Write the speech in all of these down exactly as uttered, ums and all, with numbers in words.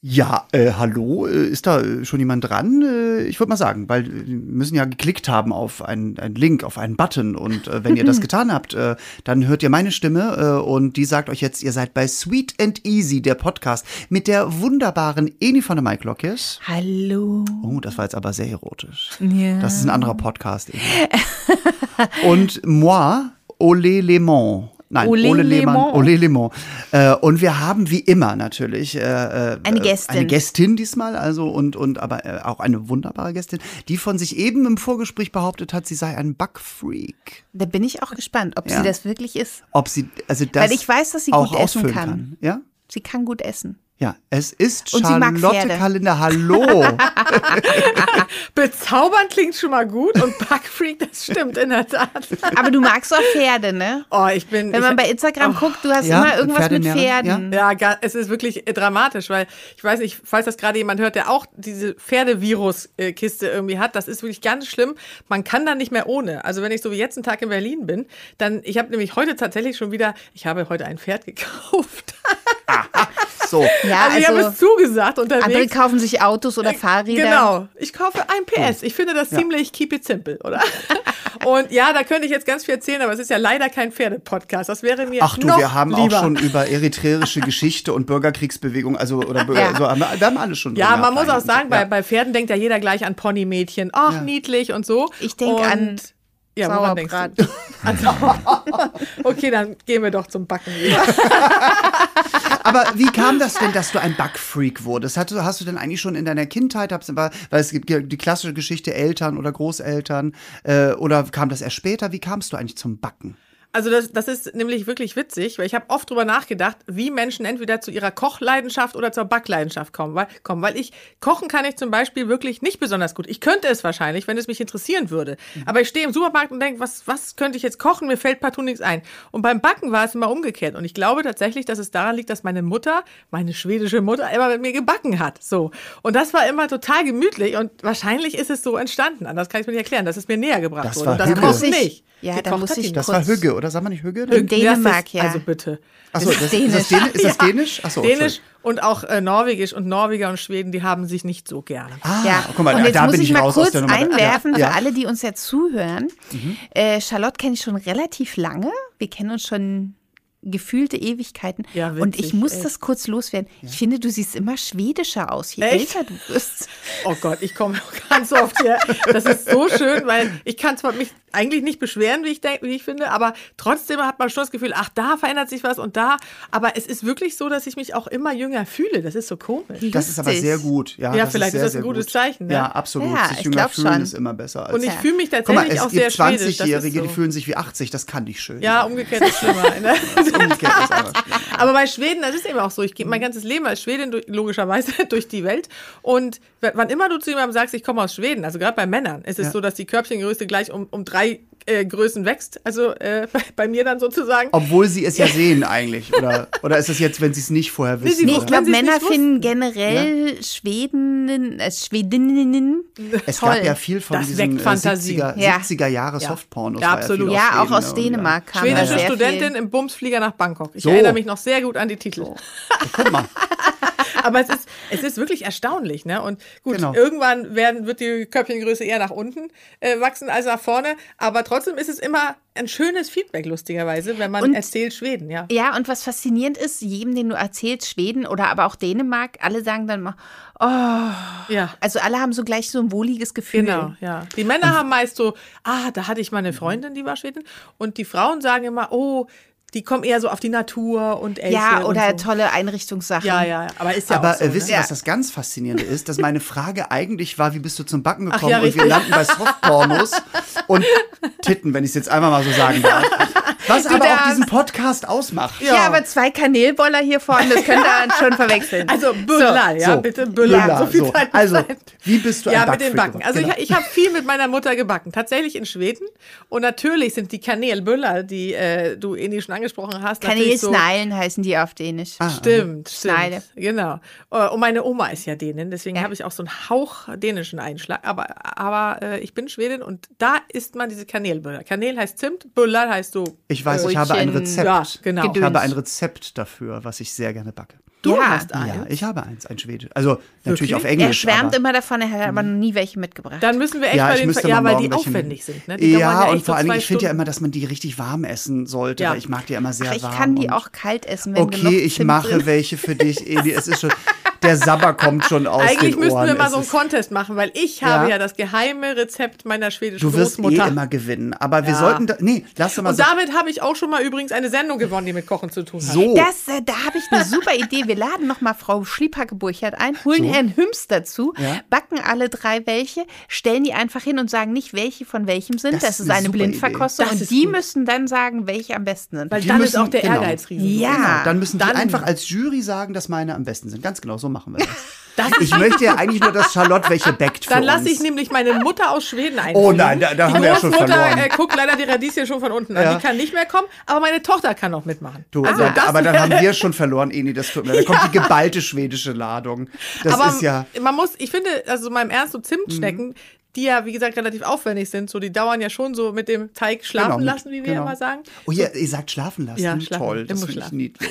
Ja, äh, hallo, äh, ist da äh, schon jemand dran? Äh, ich würde mal sagen, weil wir müssen ja geklickt haben auf einen, einen Link, auf einen Button und äh, wenn ihr das getan habt, äh, dann hört ihr meine Stimme äh, und die sagt euch jetzt, ihr seid bei Sweet and Easy, der Podcast mit der wunderbaren Eni von der Maiklokjes. Hallo. Oh, das war jetzt aber sehr erotisch. Ja. Das ist ein anderer Podcast. Und moi, Olé Lemon. Nein, Olé Ole Lehmann, Lemon. Olé Lemon. Äh, und wir haben wie immer natürlich äh, Eine Gästin. Eine Gästin diesmal, also und, und aber äh, auch eine wunderbare Gästin, die von sich eben im Vorgespräch behauptet hat, sie sei ein Backfreak. Da bin ich auch gespannt, ob Ja. sie das wirklich ist. Ob sie, also das Weil ich weiß, dass sie auch gut essen ausfüllen kann. kann. Ja? Sie kann gut essen. Ja, es ist Und sie mag Charlotte Pferde. Kalender. Hallo. Bezaubern klingt schon mal gut und Backfreak, das stimmt in der Tat. Aber du magst auch Pferde, ne? Oh, ich bin. Wenn man ich, bei Instagram oh, guckt, du hast ja, immer irgendwas mit Pferdenähren, Pferden. Ja, ga- es ist wirklich äh, dramatisch, weil ich weiß nicht, falls das gerade jemand hört, der auch diese Pferdevirus-Kiste irgendwie hat, das ist wirklich ganz schlimm. Man kann da nicht mehr ohne. Also wenn ich so wie jetzt einen Tag in Berlin bin, dann, ich habe nämlich heute tatsächlich schon wieder, ich habe heute ein Pferd gekauft. So. Ja, also ich habe also es zugesagt unterwegs. andere kaufen sich Autos oder Fahrräder. Genau, ich kaufe ein P S. Ich finde das Ja. ziemlich keep it simple, oder? Und ja, da könnte ich jetzt ganz viel erzählen, aber es ist ja leider kein Pferde-Podcast. Das wäre mir Ach du, noch wir haben lieber. auch schon über eritreische Geschichte und Bürgerkriegsbewegung, also oder Bürger, Ja. so, haben wir, wir haben alles schon. Ja, drin man gehabt muss auch eigentlich. sagen, bei, Ja. bei Pferden denkt ja jeder gleich an Ponymädchen. Ach, Ja. niedlich und so. Ich denk Und- an ja, woran denkst Sauerbraten. du? An Sauerbraten. Okay, dann gehen wir doch zum Backen wieder. Aber wie kam das denn, dass du ein Backfreak wurdest? Hast du, hast du denn eigentlich schon in deiner Kindheit, hab's- weil es gibt ja die klassische Geschichte Eltern oder Großeltern, äh, oder kam das erst später? Wie kamst du eigentlich zum Backen? Also das, das ist nämlich wirklich witzig, weil ich habe oft drüber nachgedacht, wie Menschen entweder zu ihrer Kochleidenschaft oder zur Backleidenschaft kommen. Weil, kommen. weil ich, kochen kann ich zum Beispiel wirklich nicht besonders gut. Ich könnte es wahrscheinlich, wenn es mich interessieren würde. Mhm. Aber ich stehe im Supermarkt und denke, was, was könnte ich jetzt kochen? Mir fällt partout nichts ein. Und beim Backen war es immer umgekehrt. Und ich glaube tatsächlich, dass es daran liegt, dass meine Mutter, meine schwedische Mutter, immer mit mir gebacken hat. So. Und das war immer total gemütlich. Und wahrscheinlich ist es so entstanden. Anders kann ich es mir nicht erklären, dass es mir näher gebracht Das wurde. war Und das Hügge. kocht nicht. Ja, da Gekocht muss hat ich die Das kurz- war Hügge, oder? Sag mal nicht Hügge? In Dänemark, das ist, ja. Also bitte. Achso, das, ist, das Dänisch. Dänisch? Ist das Ja. Dänisch? Achso, Dänisch und auch äh, Norwegisch und Norweger und Schweden, die haben sich nicht so gerne. Ah, Ja, guck mal, und jetzt da muss bin ich ich mal raus aus kurz der Nummer. einwerfen, Ja. für alle, die uns jetzt zuhören. Äh, Charlotte kenne ich schon relativ lange. Wir kennen uns schon gefühlte Ewigkeiten. Ja, witzig, und ich muss echt. das kurz loswerden. Ich finde, du siehst immer schwedischer aus, je Echt? älter du wirst. Oh Gott, ich komme ganz oft hier. Das ist so schön, weil ich kann zwar mich eigentlich nicht beschweren, wie ich, denk, wie ich finde, aber trotzdem hat man schon das Gefühl, ach, da verändert sich was und da. Aber es ist wirklich so, dass ich mich auch immer jünger fühle. Das ist so komisch. Das ist aber Lustig. sehr gut. Ja, Ja, das vielleicht ist, sehr, ist das ein sehr gutes gut. Zeichen, ne? Ja, absolut. Ja, sich ich jünger glaub fühlen schon. ist immer besser. Als Und ich Ja. fühle mich Guck mal, tatsächlich es auch sehr gibt schwedisch. Das ist zwanzigjährige, die so. fühlen sich wie achtzig. Das kann nicht schön Ja, sein. umgekehrt ist schlimmer. Ne? Umgekehrt ist aber Aber bei Schweden, das ist eben auch so. Ich gehe mein ganzes Leben als Schwedin durch, logischerweise durch die Welt. Und w- wann immer du zu jemandem sagst, ich komme aus Schweden, also gerade bei Männern, ist es Ja. so, dass die Körbchengröße gleich um, um drei äh, Größen wächst. Also äh, bei, bei mir dann sozusagen. Obwohl sie es ja sehen eigentlich. Oder, oder ist es jetzt, wenn sie es nicht vorher wissen? sie Nee, Wenn ich glaube, sie es Männer nicht finden generell Schweden, äh, Schwedinnen Es toll. gab ja viel von Das diesen weckt Fantasie. siebziger, Ja. siebziger Jahre Ja. Softpornos. Ja, war absolut. viel Ja, auch Schweden, aus ne? Dänemark kam da Schwedische sehr Studentin viel. im Bumsflieger nach Bangkok. Ich So. erinnere mich noch sehr gut an die Titel. Guck mal. Aber es ist, es ist wirklich erstaunlich, ne? Und gut, Genau. irgendwann werden, wird die Körbchengröße eher nach unten äh, wachsen als nach vorne. Aber trotzdem ist es immer ein schönes Feedback, lustigerweise, wenn man Und- erzählt Schweden, ja. Ja, und was faszinierend ist, jedem, den du erzählst, Schweden oder aber auch Dänemark, alle sagen dann mal, oh, Ja. also alle haben so gleich so ein wohliges Gefühl. Genau, ja. Die Männer haben meist so, ah, da hatte ich mal eine Freundin, die war Schwedin. Und die Frauen sagen immer, oh, die kommen eher so auf die Natur und Elche Ja, oder und so. tolle Einrichtungssachen. Ja, ja, ja. Aber ist ja Aber auch so, äh, wisst ihr, ne? was das ganz Faszinierende ist? Dass meine Frage eigentlich war, wie bist du zum Backen Ach gekommen? ja, und wir richtig. landen bei Softpornos und Titten, wenn ich es jetzt einmal mal so sagen darf. Was aber auch darfst. diesen Podcast ausmacht. Ja, aber zwei Kanelboller hier vorne, das könnt ihr dann schon verwechseln. Also Büller, ja, so, bitte Büller. Büller, So viel so. Zeit muss Also, sein. wie bist du Ja, ein mit den Backfreak Backen. Also geworden? ich, ich habe viel mit meiner Mutter gebacken, tatsächlich in Schweden. Und natürlich sind die Kanelbüller, die äh, du eh schon angesprochen hast, natürlich so. Kanelsneilen heißen die auf Dänisch. Ah, Stimmt, Schneide. stimmt. Genau. Äh, Und meine Oma ist ja Dänin, deswegen Ja. habe ich auch so einen Hauch dänischen Einschlag. Aber, aber äh, ich bin Schwedin und da isst man diese Kanelbüller. Kanel heißt Zimt, Böller heißt so. Ich weiß, ich habe ein Brötchen, Rezept. ja, genau. Ich habe Gedöns. ein Rezept dafür, was ich sehr gerne backe. Du Ja. hast eins. Ja, ich habe eins, ein Schwedisch. Also natürlich Wirklich? auf Er Englisch. schwärmt aber, immer davon, er hat aber noch nie welche mitgebracht. Dann müssen wir echt ja, bei ich den, müsste ja, mal weil morgen die welche aufwendig nehmen. sind. Ne? Die dauern Ja, echt und so vor allen Dingen, zwei ich finde ja Stunden. immer, dass man die richtig warm essen sollte, Ja. weil ich mag die ja immer sehr Ach, ich warm. kann die und- auch kalt essen, wenn genug Okay, ich Zimt mache drin. welche für dich, Eli. Es ist schon, der Sabber kommt schon aus Eigentlich den müssten Ohren. wir mal Es so einen ist- Contest machen, weil ich habe Ja. ja das geheime Rezept meiner schwedischen Du wirst Großmutter. eh immer gewinnen. Aber wir Ja. sollten, da, nee, lass doch mal Und so. damit habe ich auch schon mal übrigens eine Sendung gewonnen, die mit Kochen zu tun hat. So. Das, äh, da habe ich eine super Idee. Wir laden noch mal Frau Schliephacke-Burchert ein, holen So. Herrn Hüms dazu, Ja. backen alle drei welche, stellen die einfach hin und sagen nicht, welche von welchem sind. Das Das, ist ist eine eine super Blindverkostung. Idee. Das Und ist die gut. müssen dann sagen, welche am besten sind. Weil Die dann müssen- ist auch der genau. Ehrgeiz riesig. Ja. Genau, dann müssen Dann- die einfach als Jury sagen, dass meine am besten sind. Ganz genau, so machen wir das. Das Ich möchte ja eigentlich nur, dass Charlotte welche backt für Dann uns. lasse ich nämlich meine Mutter aus Schweden einfliegen. Oh nein, da- da die haben wir ja schon Großmutter, verloren. Äh, guckt leider die Radieschen schon von unten an. Ja. Die kann nicht mehr kommen, aber meine Tochter kann noch mitmachen. Du, also ja, das aber dann wäre- haben wir schon verloren, Eni, das tut mir leid. Da kommt die geballte schwedische Ladung. Das aber ist ja. man muss, ich finde, also mal im Ernst, so Zimtschnecken, die ja, wie gesagt, relativ aufwendig sind, so die dauern ja schon so mit dem Teig schlafen Genau, mit- lassen, wie wir genau. immer sagen. Oh ja, ihr sagt schlafen lassen. Ja, schlafen. Toll, Der das muss finde ich schlafen. niedlich.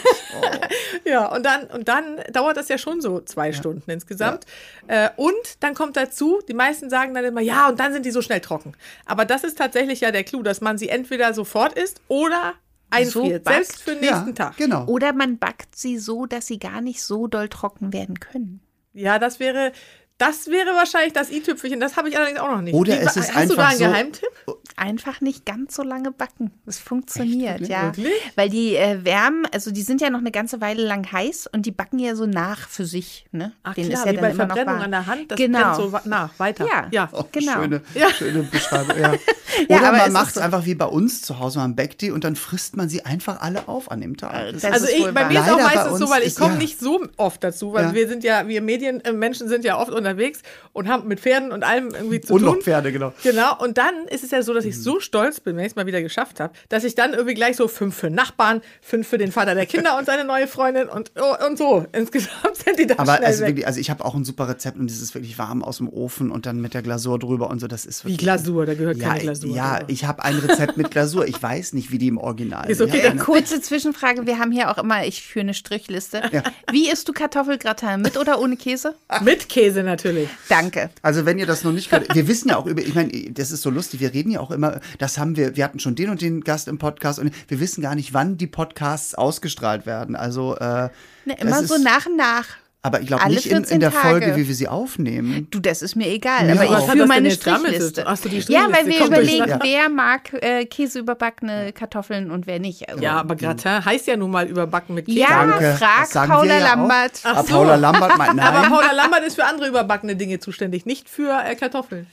Oh. Ja, und dann, und dann dauert das ja schon so zwei Stunden insgesamt. Äh, und dann kommt dazu, die meisten sagen dann immer, ja, und dann sind die so schnell trocken. Aber das ist tatsächlich ja der Clou, dass man sie entweder sofort isst oder einfriert, backt. selbst für den nächsten Ja, Tag. genau. Oder man backt sie so, dass sie gar nicht so doll trocken werden können. Ja, das wäre, das wäre wahrscheinlich das i-Tüpfelchen. Das habe ich allerdings auch noch nicht. Oder Wie- es ist hast du da einfach einen so- Geheimtipp? Einfach nicht ganz so lange backen. Das funktioniert, Echt? ja. Wirklich? Weil die äh, wärmen, also die sind ja noch eine ganze Weile lang heiß und die backen ja so nach für sich. Ne? Ach Denen klar, ist ja wie dann bei immer noch Verbrennung warm. an der Hand, das Genau. brennt so wa- nach, weiter. Ja. ja. Oh, Genau. Schöne, Ja. schöne Beschreibung, ja. Ja, Oder aber es man ist macht es so. einfach wie bei uns zu Hause, man backt die und dann frisst man sie einfach alle auf an dem Tag. Das das Also ist ich, wohl bei wahr. mir ist auch Leider bei meistens so, uns weil ich ist- komme ja. nicht so oft dazu, weil Ja. wir sind ja, wir Medienmenschen sind ja oft unterwegs und haben mit Pferden und allem irgendwie zu und tun. noch Pferde, genau. Genau, und dann ist es ja so, dass ich so stolz bin, wenn ich es mal wieder geschafft habe, dass ich dann irgendwie gleich so fünf für den Nachbarn, fünf für den Vater der Kinder und seine neue Freundin und, oh, und so. Insgesamt sind die dann Aber schnell also, weg. wirklich, also ich habe auch ein super Rezept und das ist wirklich warm aus dem Ofen und dann mit der Glasur drüber und so. Das ist Wie wirklich. Glasur, da gehört Ja, keine Glasur. ja, drüber. ich habe ein Rezept mit Glasur. Ich weiß nicht, wie die im Original Ist sind. okay, Ich hab dann eine- Kurze Zwischenfrage, wir haben hier auch immer, ich führe eine Strichliste. Wie isst du Kartoffelgratin, mit oder ohne Käse? Mit Käse natürlich. Danke. Also wenn ihr das noch nicht könnt, wir wissen ja auch über, ich meine, das ist so lustig, wir reden ja auch immer, das haben wir, wir hatten schon den und den Gast im Podcast und wir wissen gar nicht, wann die Podcasts ausgestrahlt werden. Also äh, Ne, immer das so ist- nach und nach. aber ich glaube alle nicht in, in vierzehn der Folge, Tage. wie wir sie aufnehmen. Du, das ist mir egal, Mir aber auch. ich Was hat führe das meine denn jetzt damit zu Strichliste. tun? Ach so, die Ja, weil Strichliste wir kommt durch, überlegen, ja. wer mag äh, käseüberbackene Kartoffeln und wer nicht. Also, Ja, aber Gratin heißt ja nun mal überbacken mit Käse. Ja, Danke. frag Das sagen Paula wir ja auch. Lambert. Ach Aber so. Paula Lambert meint Aber nein, Paula Lambert ist für andere überbackene Dinge zuständig, nicht für äh, Kartoffeln.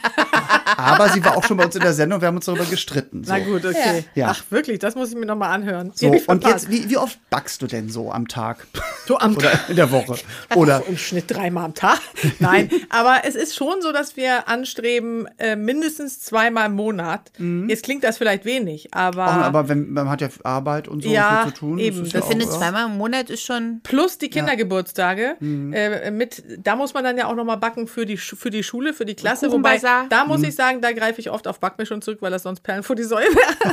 aber sie war auch schon bei uns in der Sendung, wir haben uns darüber gestritten. So. Na gut, okay. Ja. Ach wirklich, das muss ich mir nochmal anhören. So, Die hab ich und verpasst. jetzt, wie, wie oft backst du denn so am Tag? so am Oder in der Woche? Oder im Schnitt dreimal am Tag. Nein, aber es ist schon so, dass wir anstreben, äh, mindestens zweimal im Monat. Jetzt klingt das vielleicht wenig, aber, auch, aber wenn, man hat ja Arbeit und so Ja, viel zu tun. eben. ist Das ja Ich finde, auch, ja. zweimal im Monat ist schon. plus die Kindergeburtstage. Äh, mit, da muss man dann ja auch nochmal backen für die, Schu- für die Schule, für die Klasse. Wobei, Kuchenbazar. da muss ich sagen, da greife ich oft auf Backmischung zurück, weil das sonst Perlen vor die Säue wäre.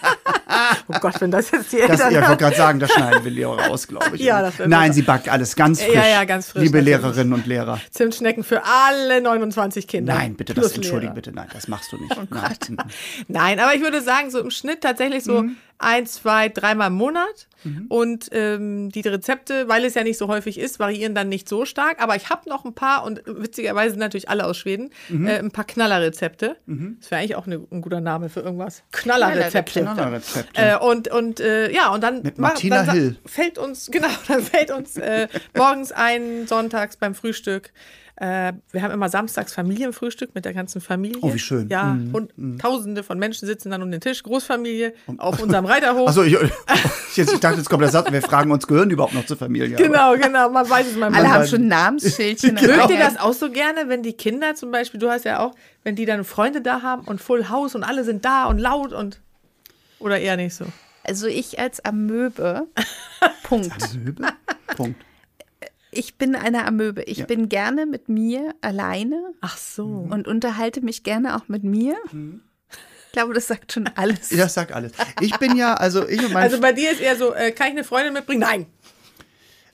Oh Gott, wenn das jetzt die Das, Eltern ja, ich wollte gerade sagen, das schneiden wir Lehrer raus, glaube ich. Ja, das wäre Nein, besser. sie backt alles ganz frisch. Ja, ja, ganz frisch, Liebe natürlich. Lehrerinnen und Lehrer. Zimtschnecken für alle neunundzwanzig Kinder. Nein, bitte, Plus das entschuldige Lehrer. bitte. Nein, das machst du nicht. Oh Nein. Nein, aber ich würde sagen, so im Schnitt tatsächlich so Mhm. ein, zwei, dreimal im Monat. Und ähm, die Rezepte, weil es ja nicht so häufig ist, variieren dann nicht so stark. Aber ich habe noch ein paar, und witzigerweise sind natürlich alle aus Schweden, Mhm. äh, ein paar Knallerrezepte. Das wäre eigentlich auch eine, ein guter Name für irgendwas. Knallerrezepte. Knallerrezepte. Äh, und und äh, ja, und dann, Mit ma- Martina dann sa- Hill. fällt uns, genau, dann fällt uns äh, morgens ein, sonntags beim Frühstück. Äh, wir haben immer samstags Familienfrühstück mit der ganzen Familie. Oh, wie schön. Ja, und tausende von Menschen sitzen dann um den Tisch, Großfamilie, auf unserem Reiterhof. Also ich, ich, jetzt, ich dachte, jetzt kommt der Satz, wir fragen uns, gehören die überhaupt noch zur Familie? Genau, genau, man weiß es Alle manchmal. haben schon ein Namensschildchen. Genau. Mögt ihr das auch so gerne, wenn die Kinder zum Beispiel, du hast ja auch, wenn die dann Freunde da haben und Full House und alle sind da und laut und oder eher nicht so? Also ich als Amöbe. Punkt. Möbel? Punkt. Ich bin eine Amöbe. Ich Ja. bin gerne mit mir alleine Ach so. und unterhalte mich gerne auch mit mir. Ich glaube, das sagt schon alles. Das sagt alles. Ich bin ja, also ich und mein Also bei dir ist eher so, äh, kann ich eine Freundin mitbringen? Nein.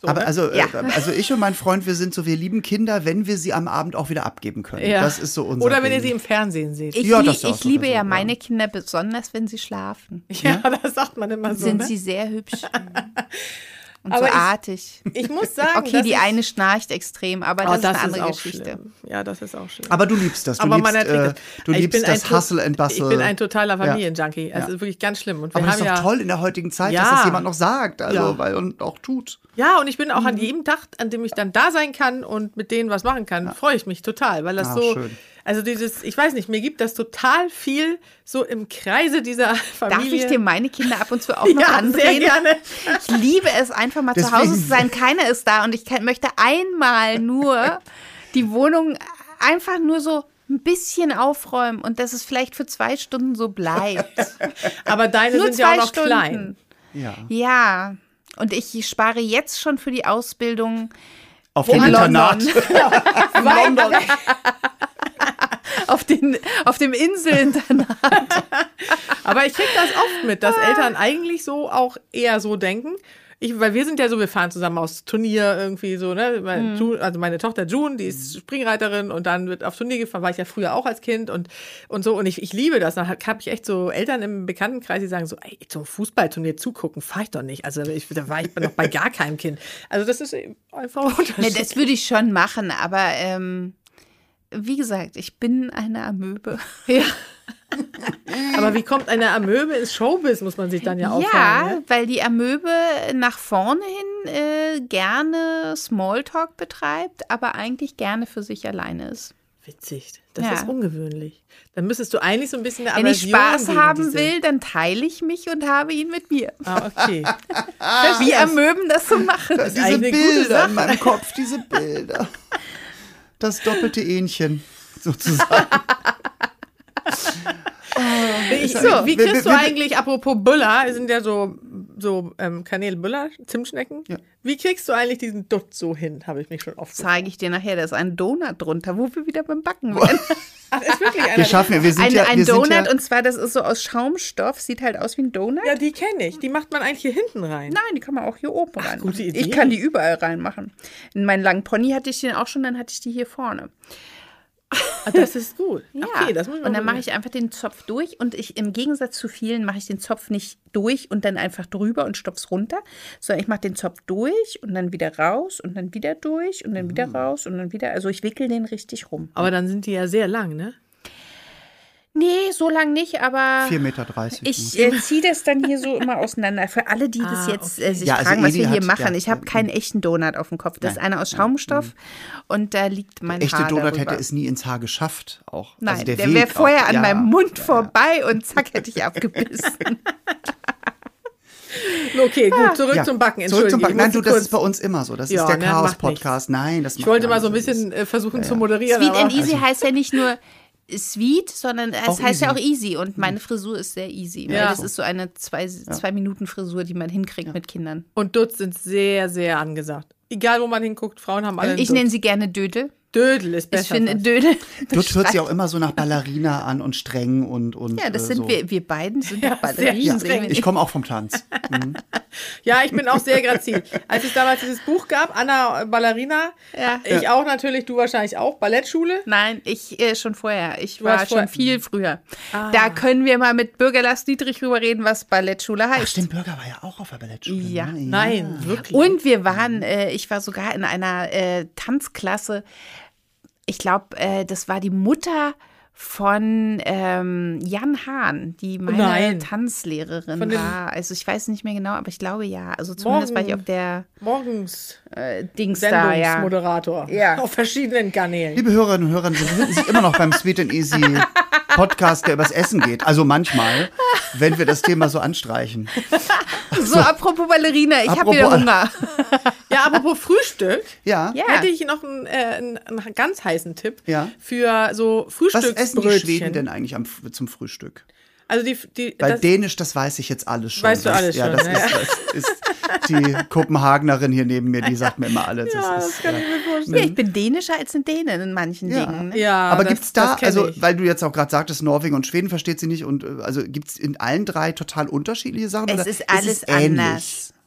So, Aber ne? also, Ja. äh, also ich und mein Freund, wir sind so, wir lieben Kinder, wenn wir sie am Abend auch wieder abgeben können. Ja. Das ist so unser Oder wenn Ding. ihr sie im Fernsehen seht. Ich, Ja, lie das ist auch ich so liebe so, ja ja. meine Kinder besonders, wenn sie schlafen. Ja, das sagt man immer so. Sind ne? sie sehr hübsch. Und Aber so ich- artig. Ich muss sagen, Okay, dass die ich, eine schnarcht extrem, aber oh, das, das ist eine andere auch Geschichte. schlimm. Ja, das ist auch schlimm. Aber du liebst das. Du Aber liebst, man erträgt äh, das. du Ich liebst bin ein das to- Hustle and Bustle. Ich bin ein totaler Familienjunkie. Also Ja. wirklich ganz schlimm. Und wir Aber das haben ist doch ja, toll in der heutigen Zeit, Ja. dass das jemand noch sagt. Also, Ja. weil und auch tut. Ja, und ich bin auch Mhm. an jedem Tag, an dem ich dann da sein kann und mit denen was machen kann, freue ich mich total, weil das Ah, so, schön. also dieses, ich weiß nicht, mir gibt das total viel so im Kreise dieser Familie. Darf ich dir meine Kinder ab und zu auch noch Ja, andrehen? sehr gerne. Ich liebe es einfach mal zu Deswegen- Hause zu sein. Keiner ist da und ich kann, möchte einmal nur die Wohnung einfach nur so ein bisschen aufräumen und dass es vielleicht für zwei Stunden so bleibt. Aber deine Nur sind ja auch zwei noch Stunden. klein. Ja. Ja, und ich spare jetzt schon für die Ausbildung Auf in dem Internat. London. auf, den, auf dem Inselinternat. Aber ich kriege das oft mit, dass Eltern eigentlich so auch eher so denken. Ich, weil wir sind ja so, wir fahren zusammen aus Turnier irgendwie so, ne? Meine, Mhm. June, also meine Tochter June, die ist Springreiterin und dann wird auf Turnier gefahren, war ich ja früher auch als Kind und, und so. Und ich, ich liebe das. Dann habe ich echt so Eltern im Bekanntenkreis, die sagen so, ey, zum Fußballturnier zugucken, fahr ich doch nicht. Also ich, da war ich noch bei gar keinem Kind. Also das ist einfach ein Unterschied. Ne, das würde ich schon machen, aber ähm, wie gesagt, ich bin eine Amöbe. Ja. Aber wie kommt eine Amöbe ins Showbiz, muss man sich dann ja auch Ja, fragen. Ne? weil die Amöbe nach vorne hin äh, gerne Smalltalk betreibt, aber eigentlich gerne für sich alleine ist. Witzig, das Ja. ist ungewöhnlich. Dann müsstest du eigentlich so ein bisschen eine Wenn ich Aversion Spaß gegen haben diese- will, dann teile ich mich und habe ihn mit mir. Ah, okay. Wie Amöben das so machen. ist Diese eigentlich eine gute Bilder Sache. in meinem Kopf, diese Bilder. Das doppelte Ähnchen, sozusagen. Ich, So. Wie Wir- kriegst wir- du wir- eigentlich, apropos Büller, sind ja so, so ähm, Kanälbüller, Zimtschnecken. Ja. Wie kriegst du eigentlich diesen Dutt so hin, habe ich mich schon oft gefragt. Zeige ich dir nachher, da ist ein Donut drunter, wo wir wieder beim Backen werden. Ach, ist wirklich einer. Wir schaffen ja, wir sind Ein, ja, ein wir sind Donut ja, und zwar, das ist so aus Schaumstoff, sieht halt aus wie ein Donut. Ja, die kenne ich. Die macht man eigentlich hier hinten rein. Nein, die kann man auch hier oben rein. gute Idee. Ich kann die überall reinmachen. In meinen langen Pony hatte ich den auch schon, dann hatte ich die hier vorne. Ah, das ist gut. Ja. Okay, das muss ich mal und dann mache probieren. ich einfach den Zopf durch und ich im Gegensatz zu vielen mache ich den Zopf nicht durch und dann einfach drüber und stopf's runter, sondern ich mache den Zopf durch und dann wieder raus und dann wieder durch und dann wieder raus und dann wieder, also ich wickel den richtig rum. Aber dann sind die ja sehr lang, ne? Nee, so lang nicht, aber vier Meter dreißig. ich äh, ziehe das dann hier so immer auseinander. Für alle, die das Ah, jetzt okay. äh, sich Ja, also fragen, was Edi wir hier hat- machen. ja, Ich habe ja, keinen echten Donut auf dem Kopf. Das ist Nein. einer aus Schaumstoff und da liegt mein Echte Haar Donut darüber. hätte es nie ins Haar geschafft, auch. Nein, also der, der, wäre Weg vorher auch, an ja. meinem Mund vorbei und zack, hätte ich abgebissen. Okay, gut, zurück Ja, zum Backen. Zurück zum Entschuldige, Backen. ich Nein, du, musste das kurz- ist bei uns immer so. Das Ja, ist der ne, macht Chaos-Podcast. Nein, das Ich macht wollte gar mal so ein nichts. bisschen äh, versuchen zu moderieren. Sweet aber and Easy heißt ja nicht nur sweet, sondern es Auch heißt ja easy. auch easy. Und meine Frisur ist sehr easy. Weil Ja. das ist so eine zwei, zwei Minuten Frisur, die man hinkriegt mit Kindern. Und Dutz sind sehr, sehr angesagt. Egal, wo man hinguckt, Frauen haben alle einen Ich Dutz. nenne sie gerne Dödel. Dödel ist besser. Ich finde fast. Dödel. Dutsch hört sich auch immer so nach Ballerina an und streng und, und Ja, das äh, sind so. wir, wir beiden sind Ja, ja, Ballerinen. sehr sehen wir streng. Ich komme auch vom Tanz. Mhm. Ja, ich bin auch sehr grazil. Als es damals dieses Buch gab, Anna Ballerina, Ja. ich auch natürlich, du wahrscheinlich auch, Ballettschule. Nein, ich äh, schon vorher. Ich Du war warst schon vorher- viel früher. Ah. Da können wir mal mit Bürger Lars Dietrich drüber reden, was Ballettschule heißt. Ach stimmt, Bürger war ja auch auf der Ballettschule. Ja. ne? Nein, wirklich. Und wir waren, äh, ich war sogar in einer äh, Tanzklasse. Ich glaube, äh, das war die Mutter von ähm, Jan Hahn, die meine Nein. Tanzlehrerin Von dem- war. Also ich weiß nicht mehr genau, aber ich glaube ja. Also zumindest war ich Morgen- auf der Morgens äh, Dings da, ja. Sendungsmoderator. Ja. Auf verschiedenen Kanälen. Liebe Hörerinnen und Hörer, Sie befinden sich immer noch beim Sweet and Easy Podcast, der übers Essen geht. Also manchmal, wenn wir das Thema so anstreichen. So, apropos Ballerina, ich habe Apropos- wieder Hunger. Ja, apropos Frühstück, Ja. Ja. hätte ich noch einen, äh, einen, einen ganz heißen Tipp Ja. für so Was Frühstücksbrötchen. essen die Schweden denn eigentlich am, zum Frühstück? Also die, die Weil das, Dänisch, das weiß ich jetzt alles schon. Weißt du das, alles ja, schon, das ne? ist, das ist die Kopenhagenerin hier neben mir, die sagt mir immer alles. ja, das das ist, kann äh, ich mir Ja, vorstellen. ich bin dänischer als ein Dänen in manchen Ja. Dingen. Ne? Ja, aber das, gibt's da, das kenn also, ich. weil du jetzt auch gerade sagtest, Norwegen und Schweden versteht sie nicht und äh, also gibt's in allen drei total unterschiedliche Sachen? Es oder ist alles ähnlich? anders. Es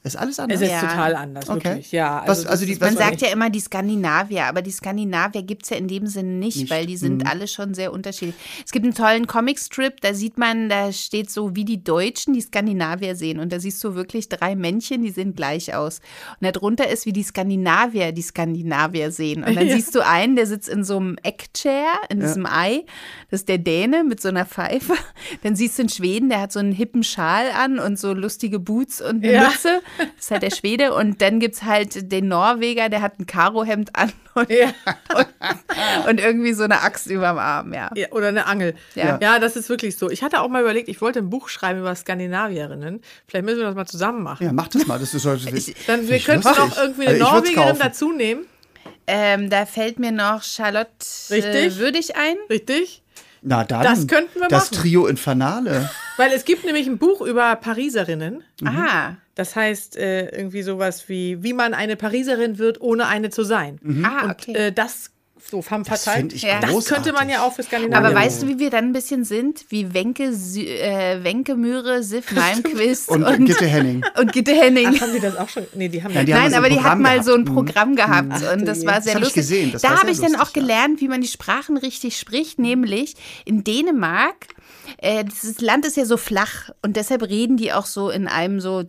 Ist alles anders? Es ist Ja. total anders, Okay. wirklich. Ja, Was- das also die- ist- was- Man sagt ja immer die Skandinavier, aber die Skandinavier gibt es ja in dem Sinne nicht, Nicht. weil die sind alle schon sehr unterschiedlich. Es gibt einen tollen Comicstrip, da sieht man, da steht so, wie die Deutschen die Skandinavier sehen. Und da siehst du wirklich drei Männchen, die sehen gleich aus. Und darunter ist, wie die Skandinavier die Skandinavier sehen. Und dann Ja. siehst du einen, der sitzt in so einem Eckchair, in diesem Ei. Das ist der Däne mit so einer Pfeife. Dann siehst du einen Schweden, der hat so einen hippen Schal an und so lustige Boots und eine Ja. Mütze. Das ist halt der Schwede. Und dann gibt es halt den Norweger, der hat ein Karohemd an und, Ja. und irgendwie so eine Axt überm Arm, ja. Ja, oder eine Angel. Ja. Ja. das ist wirklich so. Ich hatte auch mal überlegt, ich wollte ein Buch schreiben über Skandinavierinnen. Vielleicht müssen wir das mal zusammen machen. Ja, mach das mal. Das ist so, Dann wir könnten noch irgendwie eine Also ich würd's Norwegerin kaufen. dazu nehmen. Ähm, da fällt mir noch Charlotte Richtig. äh, Würdig ein. Richtig? Na dann. Das könnten wir Das machen. Trio Infernale. Weil es gibt nämlich ein Buch über Pariserinnen. Ah, Das heißt äh, irgendwie sowas wie, wie man eine Pariserin wird, ohne eine zu sein. ah Und okay. äh, das, so femme Das fatale, finde ich Ja. das großartig. könnte man ja auch für Skandinavien Aber ja. weißt du, wie wir dann ein bisschen sind? Wie Wenke, Sü äh, Wenke Möhre, Sif Malmquist Und, und, Gitte Henning. und Gitte Henning. Ach, haben die das auch schon? Nee, die haben Ja, die das haben Nein, so ein aber die hat Programm mal gehabt. so ein Mhm. Programm gehabt Ach, und du das je. war Das sehr hab ich lustig. gesehen, das da war habe sehr ich dann auch lustig, ja. gelernt, wie man die Sprachen richtig spricht, nämlich in Dänemark. Äh, das Land ist ja so flach und deshalb reden die auch so in einem so.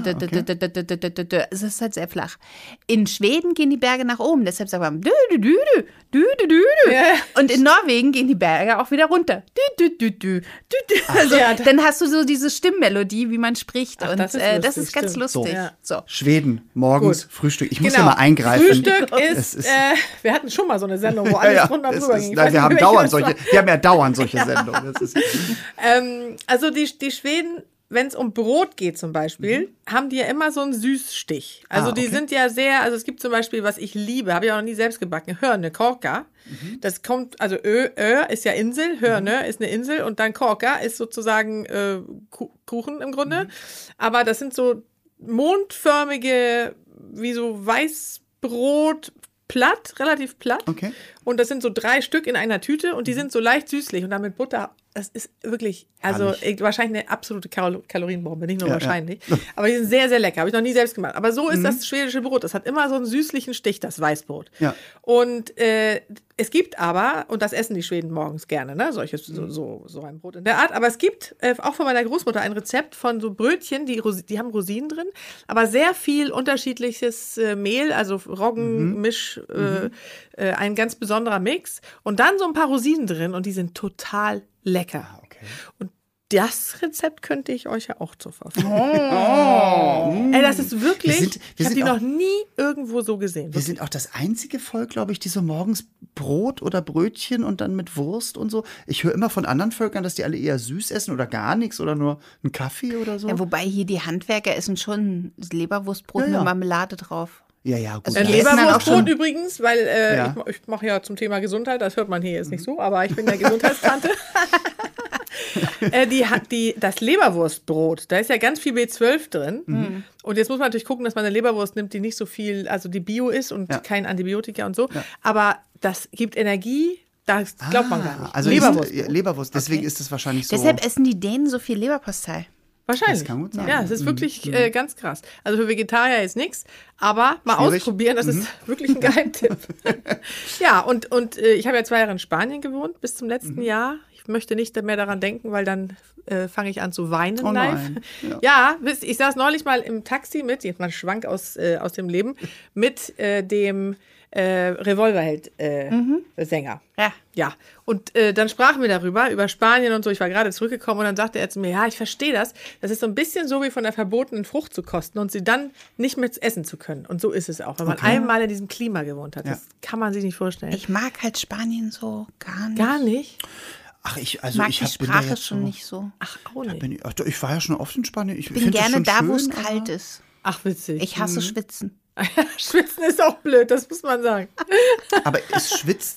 Es ist halt sehr flach. In Schweden gehen die Berge nach oben, deshalb sagt man dü, dü, dü, dü, dü, dü, dü. Und in Norwegen gehen die Berge auch wieder runter. Dü, dü, dü, dü, dü, dü. Also, ja, da- dann hast du so diese Stimmmelodie, wie man spricht. Ach, und das ist äh, das lustig, ist ganz stimmt. lustig. So. Ja. So. Schweden, morgens Gut. Frühstück. Ich muss Genau. ja mal eingreifen. Frühstück Es ist, äh, wir hatten schon mal so eine Sendung, wo Ja, alles ja, drunter und es drüber ist, ging. Ich nein, weiß wir nicht, haben welche dauernd das war. solche, wir haben ja dauernd solche Sendungen. Das ist, Ähm, also die, die Schweden, wenn es um Brot geht zum Beispiel, haben die ja immer so einen Süßstich. Also Ah, die okay. sind ja sehr, also es gibt zum Beispiel, was ich liebe, habe ich auch noch nie selbst gebacken, Hörne, Korka. Das kommt, also Ö, Ö ist ja Insel, Hörne ist eine Insel und dann Korka ist sozusagen äh, Ku- Kuchen im Grunde. Aber das sind so mondförmige, wie so Weißbrot, platt, relativ platt. Okay. Und das sind so drei Stück in einer Tüte und die sind so leicht süßlich und dann mit Butter. Das ist wirklich, also Herrlich. äh, wahrscheinlich eine absolute Kalo- Kalorienbombe, nicht nur Ja, wahrscheinlich. Aber die sind sehr, sehr lecker. Habe ich noch nie selbst gemacht. Aber so ist das schwedische Brot. Das hat immer so einen süßlichen Stich, das Weißbrot. Ja. Und äh, es gibt aber, und das essen die Schweden morgens gerne, ne, solches, so, so, so ein Brot in der Art. Aber es gibt äh, auch von meiner Großmutter ein Rezept von so Brötchen, die, Rosi- die haben Rosinen drin, aber sehr viel unterschiedliches äh, Mehl, also Roggenmisch, äh, äh, ein ganz besonderer Mix. Und dann so ein paar Rosinen drin und die sind total lecker. okay. Und das Rezept könnte ich euch ja auch zur Verfügung. Oh. Ey, das ist wirklich, Wir sind- wir ich habe sind die auch- noch nie irgendwo so gesehen. Wir sind auch das einzige Volk, glaube ich, die so morgens Brot oder Brötchen und dann mit Wurst und so. Ich höre immer von anderen Völkern, dass die alle eher süß essen oder gar nichts oder nur einen Kaffee oder so. Ja, wobei hier die Handwerker essen schon Leberwurstbrot Ja, ja. mit Marmelade drauf. Ja, ja, gut. Also Äh, die essen dann auch Leberwurstbrot schon- übrigens, weil äh, Ja. ich, ma- ich mache ja zum Thema Gesundheit, das hört man hier jetzt nicht so, aber ich bin ja Gesundheitstante. äh, die hat die, das Leberwurstbrot, da ist ja ganz viel B zwölf drin. Mhm. Und jetzt muss man natürlich gucken, dass man eine Leberwurst nimmt, die nicht so viel, also die Bio ist und Ja. kein Antibiotika und so. Aber das gibt Energie, das glaubt man gar nicht. Also Leberwurst. Ist, ja, Leberwurst. Deswegen ist es wahrscheinlich so. Deshalb essen die Dänen so viel Leberpastei. Wahrscheinlich. Das kann gut sein. Ja, es ist wirklich äh, ganz krass. Also für Vegetarier ist nichts, aber mal Schwierig. ausprobieren, das ist wirklich ein Geheimtipp. Ja, und, und äh, ich habe ja zwei Jahre in Spanien gewohnt bis zum letzten Jahr. Ich möchte nicht mehr daran denken, weil dann äh, fange ich an zu weinen Oh live. nein. Ja. Ja, wisst, ich saß neulich mal im Taxi mit, jetzt mal ein Schwank aus, äh, aus dem Leben, mit äh, dem äh, Revolverheld-Sänger. Ja. Ja, und äh, dann sprachen wir darüber, über Spanien und so. Ich war gerade zurückgekommen und dann sagte er zu mir, ja, ich verstehe das. Das ist so ein bisschen so wie von der verbotenen Frucht zu kosten und sie dann nicht mehr essen zu können. Und so ist es auch, wenn man einmal in diesem Klima gewohnt hat. Das kann man sich nicht vorstellen. Ich mag halt Spanien so gar nicht. Gar nicht. Ach, ich, Ich also mag ich die hab, bin da Sprache jetzt schon so, nicht so. Ach, auch nicht. Bin ich, ach, doch, ich war ja schon oft in Spanien. Ich Ich bin find das gerne schon da, wo es schön, kalt aber- ist. Ach, witzig. Ich hasse Schwitzen. Schwitzen ist auch blöd, das muss man sagen. Aber es schwitzt sich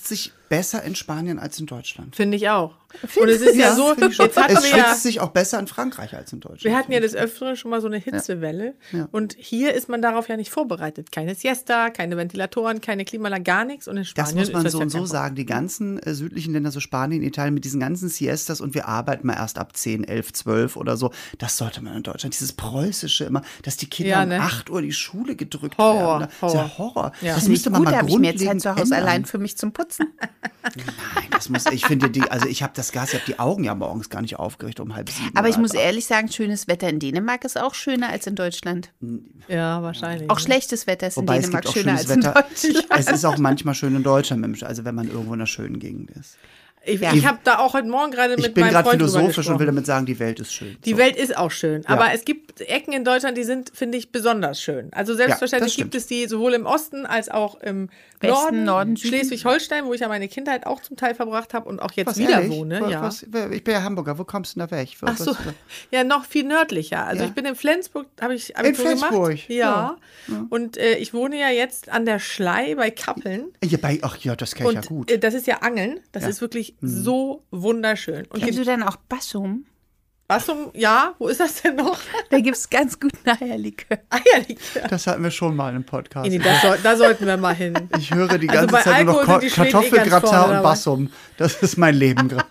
besser in Spanien als in Deutschland. Finde ich auch. Und es ist ja, ja so, jetzt hatten es wir schwitzt ja, sich auch besser in Frankreich als in Deutschland. wir hatten ja des Öfteren schon mal so eine Hitzewelle. Ja. Ja. Und hier ist man darauf ja nicht vorbereitet. Keine Siesta, keine Ventilatoren, keine Klimaanlage, gar nichts. Und in Spanien Das muss man ist das so ja und so kein sagen. Die ganzen äh, südlichen Länder, so Spanien, Italien, mit diesen ganzen Siestas und wir arbeiten mal erst ab zehn, elf, zwölf oder so. Das sollte man in Deutschland. Dieses Preußische immer, dass die Kinder Ja, ne? um acht Uhr die Schule gedrückt Horror, werden. Das ist ja Horror. Horror. Ja. Das Das müsste ist man gut, mal da habe ich mehr Zeit grundlegend zu Hause ändern. allein für mich zum Putzen. Nein, das muss, ich finde, die, also ich habe das Gas, ich habe die Augen ja morgens gar nicht aufgerichtet um halb sieben. Aber ich oder muss halb acht. ehrlich sagen, schönes Wetter in Dänemark ist auch schöner als in Deutschland. Ja, wahrscheinlich. Auch schlechtes Wetter ist in Wobei es Dänemark gibt auch schöner schönes als in Wetter. Deutschland. Es ist auch manchmal schön in Deutschland, also wenn man irgendwo in einer schönen Gegend ist. Ich, Ja. ich habe da auch heute Morgen gerade mit Ich bin meinem gerade Freund drüber philosophisch und will gesprochen. damit sagen, die Welt ist schön. Die So. Welt ist auch schön, aber es gibt Ecken in Deutschland, die sind, finde ich, besonders schön. Also selbstverständlich Ja, das gibt es die sowohl im Osten als auch im Westen, Norden, Norden, Süden. Schleswig-Holstein, wo ich ja meine Kindheit auch zum Teil verbracht habe und auch jetzt Was, wieder ehrlich? wohne. Wo- Ja. Was, ich bin ja Hamburger, wo kommst du denn da weg? Ach so, Was- ja, noch viel nördlicher. Also Ja. ich bin in Flensburg, habe ich Abitur Flensburg, gemacht. Ja. Und äh, ich wohne ja jetzt an der Schlei bei Kappeln. Ja, bei, ach ja, das kenne ich Und ja gut. äh, das ist ja Angeln. Das Ja. ist wirklich so wunderschön. Und Kennst du dann auch Bassum? was um, ja, wo ist das denn noch? Da gibt es ganz guten Eierlikör. Eierlikör. Das hatten wir schon mal im Podcast. Nee, das soll, da sollten wir mal hin. Ich höre die Also ganze bei Zeit nur noch Alkohol Ko- sind die Schweden eh ganz Kartoffelgratin vorne und dabei. Bassum. Das ist mein Leben gerade.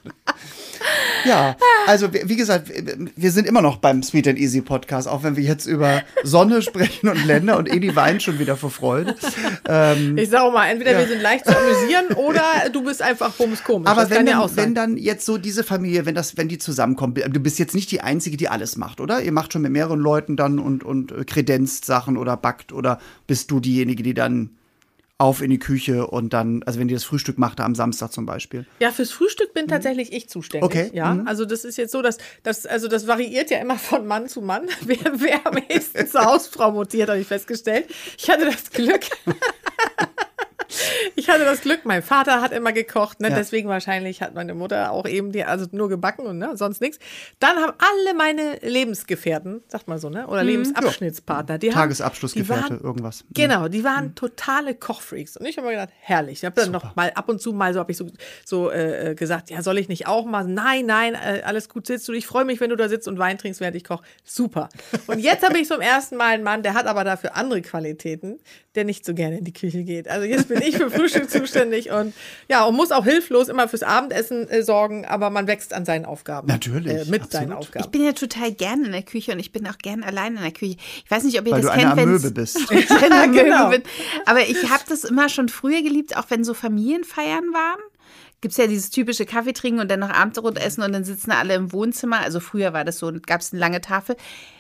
Ja, also wie wie gesagt, wir sind immer noch beim Sweet and Easy Podcast, auch wenn wir jetzt über Sonne sprechen und Länder und Edi weint schon wieder vor Freude. Ähm, Ich sage auch mal, entweder Ja. wir sind leicht zu amüsieren oder du bist einfach bumskomisch. aber das wenn kann dann, ja auch sein. wenn dann jetzt so diese Familie, wenn das, wenn die zusammenkommen, du bist jetzt nicht die Einzige, die alles macht, oder? Ihr macht schon mit mehreren Leuten dann und, und äh, kredenzt Sachen oder backt, oder bist du diejenige, die dann auf in die Küche und dann, also wenn die das Frühstück macht, am Samstag zum Beispiel. Ja, fürs Frühstück bin tatsächlich ich zuständig. Okay. Ja, Mhm. also das ist jetzt so, dass das, also das variiert ja immer von Mann zu Mann. Wer, wer am ehesten zur Hausfrau mutiert, habe ich festgestellt. Ich hatte das Glück. Ich hatte das Glück, mein Vater hat immer gekocht, ne? Ja. Deswegen wahrscheinlich hat meine Mutter auch eben die, also nur gebacken und ne? sonst nichts. Dann haben alle meine Lebensgefährten, sagt man so, ne? Oder Lebensabschnittspartner, die haben, Tagesabschlussgefährte, die waren, irgendwas. Genau, die waren totale Kochfreaks. Und ich habe mir gedacht, herrlich. Ich habe dann noch mal ab und zu mal so, habe ich so, so äh, gesagt, ja, soll ich nicht auch mal? Nein, nein, äh, alles gut, sitzt du. Ich freue mich, wenn du da sitzt und Wein trinkst, während ich koche. Super. Und jetzt habe ich zum ersten Mal einen Mann, der hat aber dafür andere Qualitäten, der nicht so gerne in die Küche geht. Also jetzt bin ich für Frühstück zuständig und ja, und muss auch hilflos immer fürs Abendessen äh, sorgen, aber man wächst an seinen Aufgaben. Natürlich, Äh, mit absolut. seinen Ich Aufgaben. bin ja total gerne in der Küche und ich bin auch gerne allein in der Küche. Ich weiß nicht, ob ihr Weil das du eine kennt, wenn Amöbe bist. ich eine Amöbe Genau. bin. Aber ich habe das immer schon früher geliebt, auch wenn so Familienfeiern waren. Gibt es ja dieses typische Kaffee trinken und dann noch Abendbrot essen und dann sitzen alle im Wohnzimmer. Also früher war das so, gab es eine lange Tafel.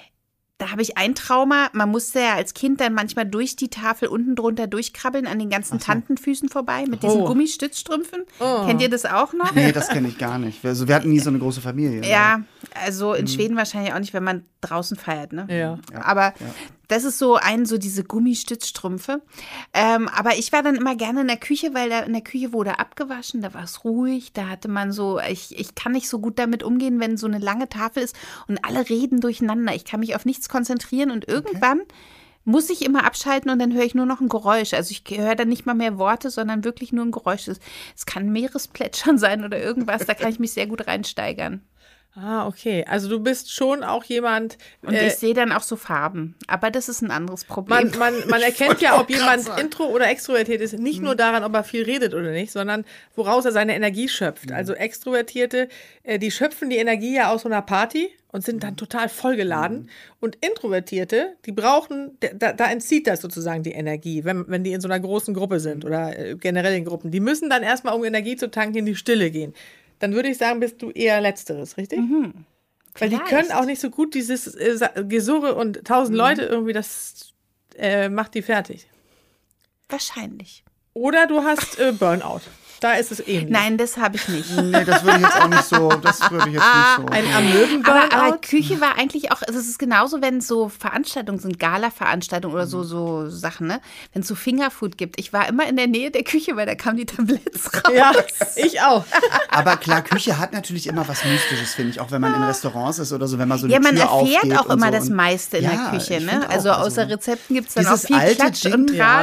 Da habe ich ein Trauma. Man musste ja als Kind dann manchmal durch die Tafel unten drunter durchkrabbeln, an den ganzen Tantenfüßen vorbei mit diesen Oh. Gummistützstrümpfen. Oh. Kennt ihr das auch noch? Nee, das kenne ich gar nicht. Also wir hatten nie so eine große Familie. Ja, also in Schweden wahrscheinlich auch nicht, wenn man draußen feiert, ne? Ja. Aber das ist so ein, so diese Gummistützstrümpfe. Ähm, aber ich war dann immer gerne in der Küche, weil da in der Küche wurde abgewaschen, da war es ruhig, da hatte man so, ich, ich kann nicht so gut damit umgehen, wenn so eine lange Tafel ist und alle reden durcheinander. Ich kann mich auf nichts konzentrieren und irgendwann muss ich immer abschalten und dann höre ich nur noch ein Geräusch. Also ich höre dann nicht mal mehr Worte, sondern wirklich nur ein Geräusch. Es, es kann Meeresplätschern sein oder irgendwas, da kann ich mich sehr gut reinsteigern. Ah, okay. Also du bist schon auch jemand. Und äh, ich sehe dann auch so Farben. Aber das ist ein anderes Problem. Man, man, man erkennt ja, auch ob jemand grad sagen. intro oder extrovertiert ist, nicht nur daran, ob er viel redet oder nicht, sondern woraus er seine Energie schöpft. Also Extrovertierte, äh, die schöpfen die Energie ja aus so einer Party und sind dann total vollgeladen. Und Introvertierte, die brauchen, da, da entzieht das sozusagen die Energie, wenn, wenn die in so einer großen Gruppe sind oder äh, generell in Gruppen. Die müssen dann erstmal, um Energie zu tanken, in die Stille gehen. Dann würde ich sagen, bist du eher Letzteres, richtig? Weil die Vielleicht. können auch nicht so gut dieses äh, Sa- Gesurre und tausend Leute irgendwie, das äh, macht die fertig. Wahrscheinlich. Oder du hast äh, Burnout. Da ist es ähnlich. Nein, das habe ich nicht. Nee, das würde ich jetzt auch nicht so, das würde ich jetzt nicht so. Ein Amöben-Burnout. Aber, aber Küche war eigentlich auch, also es ist genauso, wenn es so Veranstaltungen sind, Gala-Veranstaltungen oder so, so Sachen, ne? Wenn es so Fingerfood gibt. Ich war immer in der Nähe der Küche, weil da kamen die Tabletts raus. Ja, ich auch. Aber klar, Küche hat natürlich immer was Mystisches, finde ich. Auch wenn man in Restaurants ist oder so, wenn man so eine Ja, man Tür erfährt aufgeht auch und immer so. das Und meiste in ja, der Küche, ich ne? find auch, Also außer Rezepten gibt es dann auch dieses viel alte Klatsch Ding, und ja. Tratsch.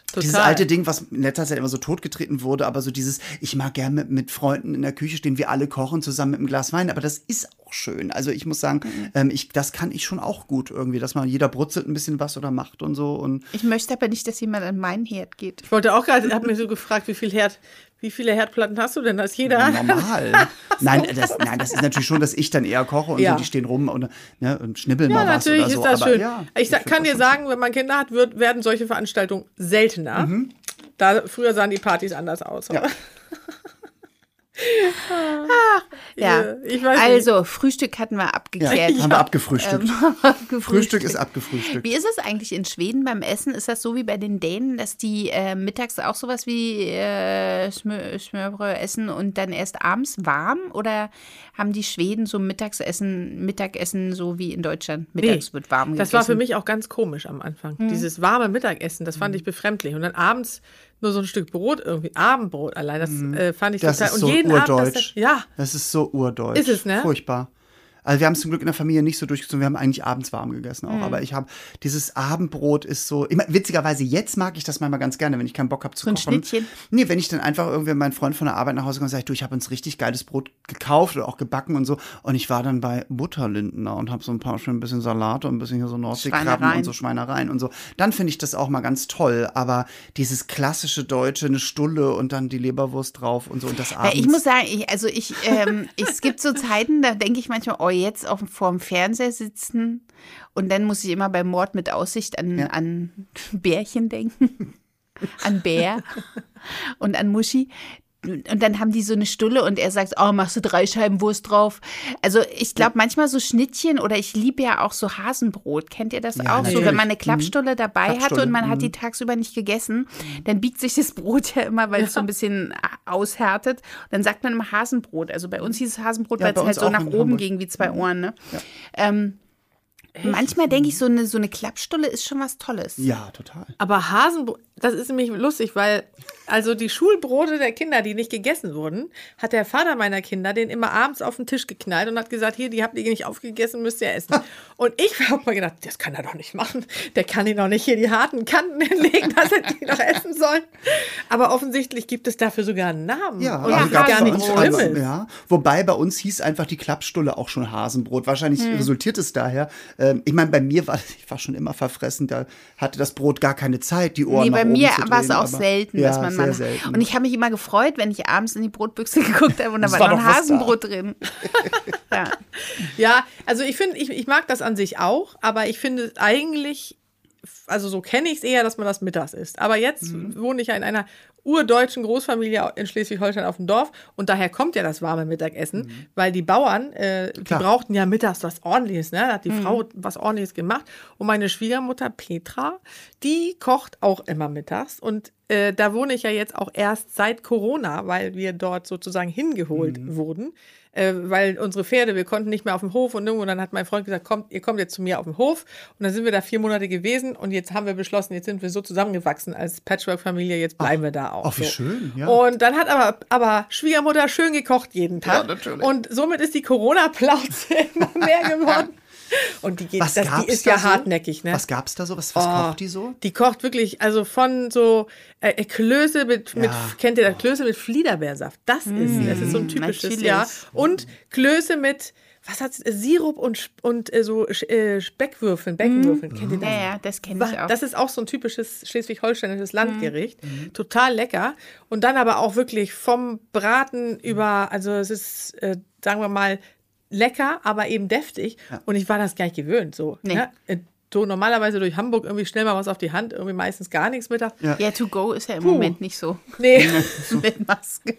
Total. Dieses alte Ding, was in letzter Zeit immer so totgetreten wurde, aber so dieses, ich mag gerne mit, mit Freunden in der Küche stehen, wir alle kochen zusammen mit einem Glas Wein, aber das ist auch schön. Also ich muss sagen, mhm. ähm, ich, das kann ich schon auch gut irgendwie, dass man jeder brutzelt ein bisschen was oder macht und so. Und ich möchte aber nicht, dass jemand an meinen Herd geht. Ich wollte auch gerade, ich habe mir so gefragt, wie viel Herd, wie viele Herdplatten hast du denn? Da ist jeder. Normal. nein, das, nein, das ist natürlich schon, dass ich dann eher koche und ja. so, die stehen rum und, ne, und schnibbeln ja, mal was oder so. Ja, natürlich ist das aber, schön. Ja, ich ich kann dir sagen, wenn man Kinder hat, wird, werden solche Veranstaltungen seltener. Mhm. Da, früher sahen die Partys anders aus. Ja. Ach, ja, ich weiß also nicht. Frühstück hatten wir abgeklärt. Ja, haben wir abgefrühstückt. Ähm, abgefrühstückt. Frühstück ist abgefrühstückt. Wie ist es eigentlich in Schweden beim Essen? Ist das so wie bei den Dänen, dass die äh, mittags auch sowas wie äh, Smørbrød essen und dann erst abends warm? Oder haben die Schweden so Mittagsessen, Mittagessen so wie in Deutschland? Mittags nee, wird warm gegessen. Das war für mich auch ganz komisch am Anfang. Hm. Dieses warme Mittagessen, das fand ich befremdlich. Und dann abends nur so ein Stück Brot irgendwie, Abendbrot allein, das äh, fand ich das total. Ist so und jeden urdeutsch. Abend, das, ja. Das ist so urdeutsch. Ist es, ne? Furchtbar. Also wir haben es zum Glück in der Familie nicht so durchgezogen. Wir haben eigentlich abends warm gegessen auch. Mhm. Aber ich habe, dieses Abendbrot ist so, immer, witzigerweise jetzt mag ich das manchmal ganz gerne, wenn ich keinen Bock habe zu so ein kochen. Schnittchen? Nee, wenn ich dann einfach irgendwie meinen Freund von der Arbeit nach Hause komme und sage, du, ich habe uns richtig geiles Brot gekauft oder auch gebacken und so. Und ich war dann bei Butterlindner und habe so ein paar schon ein bisschen Salat und ein bisschen hier so Nordseekrabben und so Schweinereien und so. Dann finde ich das auch mal ganz toll. Aber dieses klassische Deutsche, eine Stulle und dann die Leberwurst drauf und so und das abends. Ich muss sagen, ich, also ich, ähm, es gibt so Zeiten, da denke ich manchmal, oh, jetzt auf vor dem Fernseher sitzen und dann muss ich immer bei Mord mit Aussicht an, ja. an Bärchen denken, an Bär und an Muschi. Und dann haben die so eine Stulle und er sagt, oh, machst du drei Scheiben Wurst drauf? Also ich glaube manchmal so Schnittchen oder ich liebe ja auch so Hasenbrot. Kennt ihr das ja, auch? Natürlich. So, wenn man eine Klappstulle dabei Klappstulle. hatte und man mhm. hat die tagsüber nicht gegessen, dann biegt sich das Brot ja immer, weil es ja. so ein bisschen aushärtet. Und dann sagt man immer Hasenbrot. Also bei uns hieß es Hasenbrot, ja, weil es halt so nach oben Hamburg. ging wie zwei Ohren. Ne? Ja. Ähm, Manchmal denke ich, so eine, so eine Klappstulle ist schon was Tolles. Ja, total. Aber Hasenbrot, das ist nämlich lustig, weil also die Schulbrote der Kinder, die nicht gegessen wurden, hat der Vater meiner Kinder den immer abends auf den Tisch geknallt und hat gesagt, hier, die habt ihr nicht aufgegessen, müsst ihr essen. Und ich habe mal gedacht, das kann er doch nicht machen. Der kann ihn doch nicht hier die harten Kanten hinlegen, dass er die noch essen soll. Aber offensichtlich gibt es dafür sogar einen Namen. Ja, und also das gar nicht schlimm ist. Ja. Wobei bei uns hieß einfach die Klappstulle auch schon Hasenbrot. Wahrscheinlich hm. resultiert es daher. Ähm, ich meine, bei mir war ich war schon immer verfressen, da hatte das Brot gar keine Zeit, die Ohren nee, nach bei oben mir zu drehen, war es auch aber, selten, ja, dass man sehr mal. Selten. Und ich habe mich immer gefreut, wenn ich abends in die Brotbüchse geguckt habe und da war noch ein Hasenbrot drin. ja. ja, also ich finde, ich, ich mag das an sich auch, aber ich finde eigentlich, also so kenne ich es eher, dass man das mittags isst. Aber jetzt mhm. wohne ich ja in einer urdeutschen Großfamilie in Schleswig-Holstein auf dem Dorf und daher kommt ja das warme Mittagessen, mhm. weil die Bauern, äh, die brauchten ja mittags was Ordentliches, ne? Da hat die mhm. Frau was Ordentliches gemacht und meine Schwiegermutter Petra, die kocht auch immer mittags und äh, da wohne ich ja jetzt auch erst seit Corona, weil wir dort sozusagen hingeholt mhm. wurden. Äh, weil unsere Pferde, wir konnten nicht mehr auf dem Hof und irgendwo, dann hat mein Freund gesagt, kommt, ihr kommt jetzt zu mir auf den Hof und dann sind wir da vier Monate gewesen und jetzt haben wir beschlossen, jetzt sind wir so zusammengewachsen als Patchwork-Familie, jetzt bleiben ach, wir da auch. Ach, wie so. schön, ja. Und dann hat aber, aber Schwiegermutter schön gekocht jeden Tag. Ja, natürlich. Und somit ist die Corona-Plauze immer mehr geworden. Und die, geht, was das, die ist ja so? hartnäckig, ne? Was gab's da so? Was, was oh, kocht die so? Die kocht wirklich, also von so äh, Klöße mit, ja. mit, kennt ihr das, Klöße mit Fliederbeersaft? Das ist, mm, das ist so ein typisches, natürlich. ja. Und Klöße mit, was hat's, Sirup und, und äh, so äh, Speckwürfeln, Beckenwürfeln. Mm. Kennt ihr das? Ja, ja, das kenne ich auch. Das ist auch so ein typisches schleswig-holsteinisches Landgericht. Mm. Total lecker. Und dann aber auch wirklich vom Braten über, also es ist, äh, sagen wir mal, lecker, aber eben deftig. Ja. Und ich war das gar nicht gewöhnt. So, nee. ne? So normalerweise durch Hamburg irgendwie schnell mal was auf die Hand, irgendwie meistens gar nichts Mittag. Ja, yeah, to go ist ja im Puh. Moment nicht so. Nee. Mit Maske.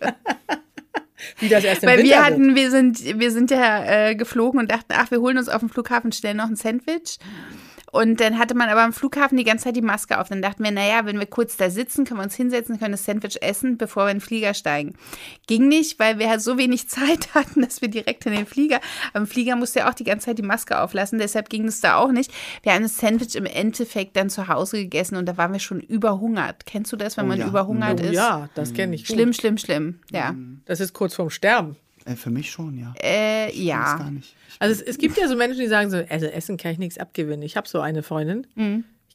Wie das erst im Weil Winter wir hatten, wird. wir sind, wir sind ja äh, geflogen und dachten, ach, wir holen uns auf dem Flughafen schnell noch ein Sandwich. Und dann hatte man aber am Flughafen die ganze Zeit die Maske auf. Dann dachten wir, naja, wenn wir kurz da sitzen, können wir uns hinsetzen, können das Sandwich essen, bevor wir in den Flieger steigen. Ging nicht, weil wir halt so wenig Zeit hatten, dass wir direkt in den Flieger, aber im Flieger musste ja auch die ganze Zeit die Maske auflassen, deshalb ging es da auch nicht. Wir haben das Sandwich im Endeffekt dann zu Hause gegessen und da waren wir schon überhungert. Kennst du das, wenn oh, man ja. überhungert oh, ist? Ja, das kenne ich gut. Schlimm, schlimm, schlimm, ja. Das ist kurz vorm Sterben. Äh, für mich schon, ja. Äh, ich ja. Gar nicht. Also es, es gibt ja so Menschen, die sagen so, also Essen kann ich nichts abgewinnen. Ich habe so eine Freundin, mhm. ich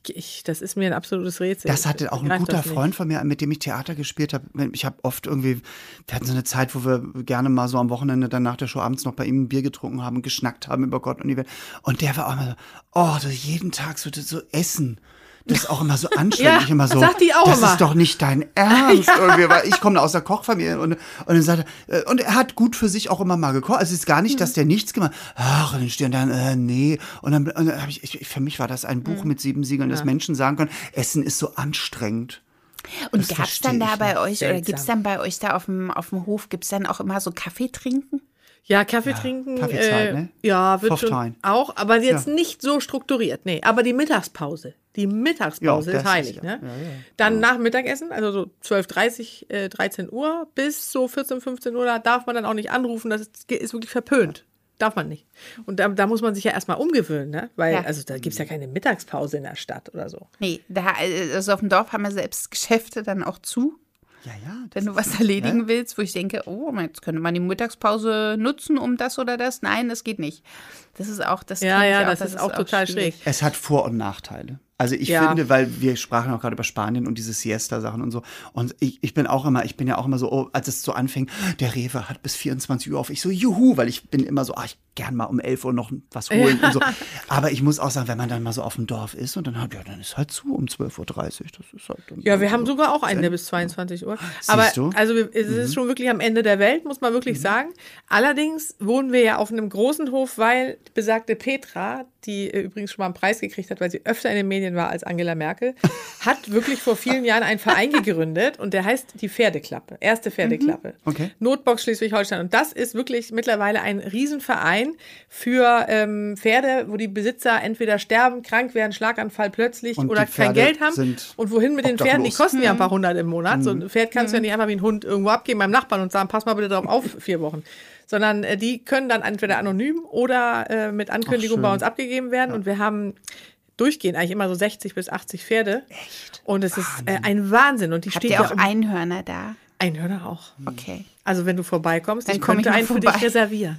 ich, das ist mir ein absolutes Rätsel. Das hatte auch ein Begreif guter das nicht. Freund von mir, mit dem ich Theater gespielt habe. Ich habe oft irgendwie, wir hatten so eine Zeit, wo wir gerne mal so am Wochenende dann nach der Show abends noch bei ihm ein Bier getrunken haben und geschnackt haben über Gott und die Welt. Und der war auch immer so, oh, so jeden Tag so, so essen. Das ist auch immer so anstrengend. Ja, ich immer so, sagt die auch das immer. ist doch nicht dein Ernst. Irgendwie, weil ich komme aus der Kochfamilie und, und dann sagt er, äh, und er hat gut für sich auch immer mal gekocht. Also es ist gar nicht, dass der nichts gemacht hat. Ach, und dann stehen dann, äh, nee. Und dann, und dann habe ich, ich, für mich war das ein Buch mit sieben Siegeln, dass Menschen sagen können, Essen ist so anstrengend. Und Das gab's verstehe dann da ich bei nicht. euch, oder Seltsam. gibt's dann bei euch da auf dem, auf dem Hof, gibt's dann auch immer so Kaffee trinken? Ja, Kaffee trinken. Kaffeezeit, äh, ne? Ja, wird Fünf schon Tein. auch, aber jetzt Ja. nicht so strukturiert. Nee, aber die Mittagspause. Die Mittagspause Ja, ist das heilig, ist ne? ja- ja, ja. Dann nach Mittagessen, also so zwölf Uhr dreißig, äh, dreizehn Uhr bis so vierzehn, fünfzehn Uhr, da darf man dann auch nicht anrufen, das ist, ist wirklich verpönt. Darf man nicht. Und da, da muss man sich ja erstmal umgewöhnen, ne? Weil, Ja. also da gibt's ja keine Mittagspause in der Stadt oder so. Nee, da, also auf dem Dorf haben wir selbst Geschäfte dann auch zu, Ja, ja. wenn du was erledigen willst, wo ich denke, oh, jetzt könnte man die Mittagspause nutzen, um das oder das. Nein, das geht nicht. Das ist auch, das Ja, kenn ich ja, auch, das ist auch total schwierig. schräg. Es hat Vor- und Nachteile. Also ich Ja. finde, weil wir sprachen auch gerade über Spanien und diese Siesta-Sachen und so. Und ich, ich bin auch immer, ich bin ja auch immer so, oh, als es so anfing, der Rewe hat bis vierundzwanzig Uhr auf. Ich so, juhu, weil ich bin immer so, ach, ich gern mal um elf Uhr noch was holen und so. Aber ich muss auch sagen, wenn man dann mal so auf dem Dorf ist und dann hat, ja, dann ist halt zu um zwölf Uhr dreißig. Das ist halt dann Ja, wir so. haben sogar auch einen, der bis zweiundzwanzig Uhr. Aber Siehst du? also wir- es ist schon wirklich am Ende der Welt, muss man wirklich sagen. Allerdings wohnen wir ja auf einem großen Hof, weil besagte Petra, die äh, übrigens schon mal einen Preis gekriegt hat, weil sie öfter in den Medien war als Angela Merkel, hat wirklich vor vielen Jahren einen Verein gegründet und der heißt die Pferdeklappe, erste Pferdeklappe. Okay. Notbox Schleswig-Holstein. Und das ist wirklich mittlerweile ein Riesenverein für ähm, Pferde, wo die Besitzer entweder sterben, krank werden, Schlaganfall plötzlich Und oder die kein Pferde Geld haben. sind Und wohin mit den Pferden? Die obdachlos. kosten ja ein paar hundert im Monat. So ein Pferd kannst du ja nicht einfach wie ein Hund irgendwo abgeben beim Nachbarn und sagen, pass mal bitte drauf auf, vier Wochen. Sondern äh, die können dann entweder anonym oder äh, mit Ankündigung schön. bei uns abgegeben werden. Und wir haben durchgehend eigentlich immer so sechzig bis achtzig Pferde. Echt? Und es ist äh, ein Wahnsinn. Und die Habt steht ihr ja auch um Einhörner da? Einhörner auch. Okay. Also wenn du vorbeikommst, Dann ich komm ich könnte mal einen für vorbei. dich reservieren.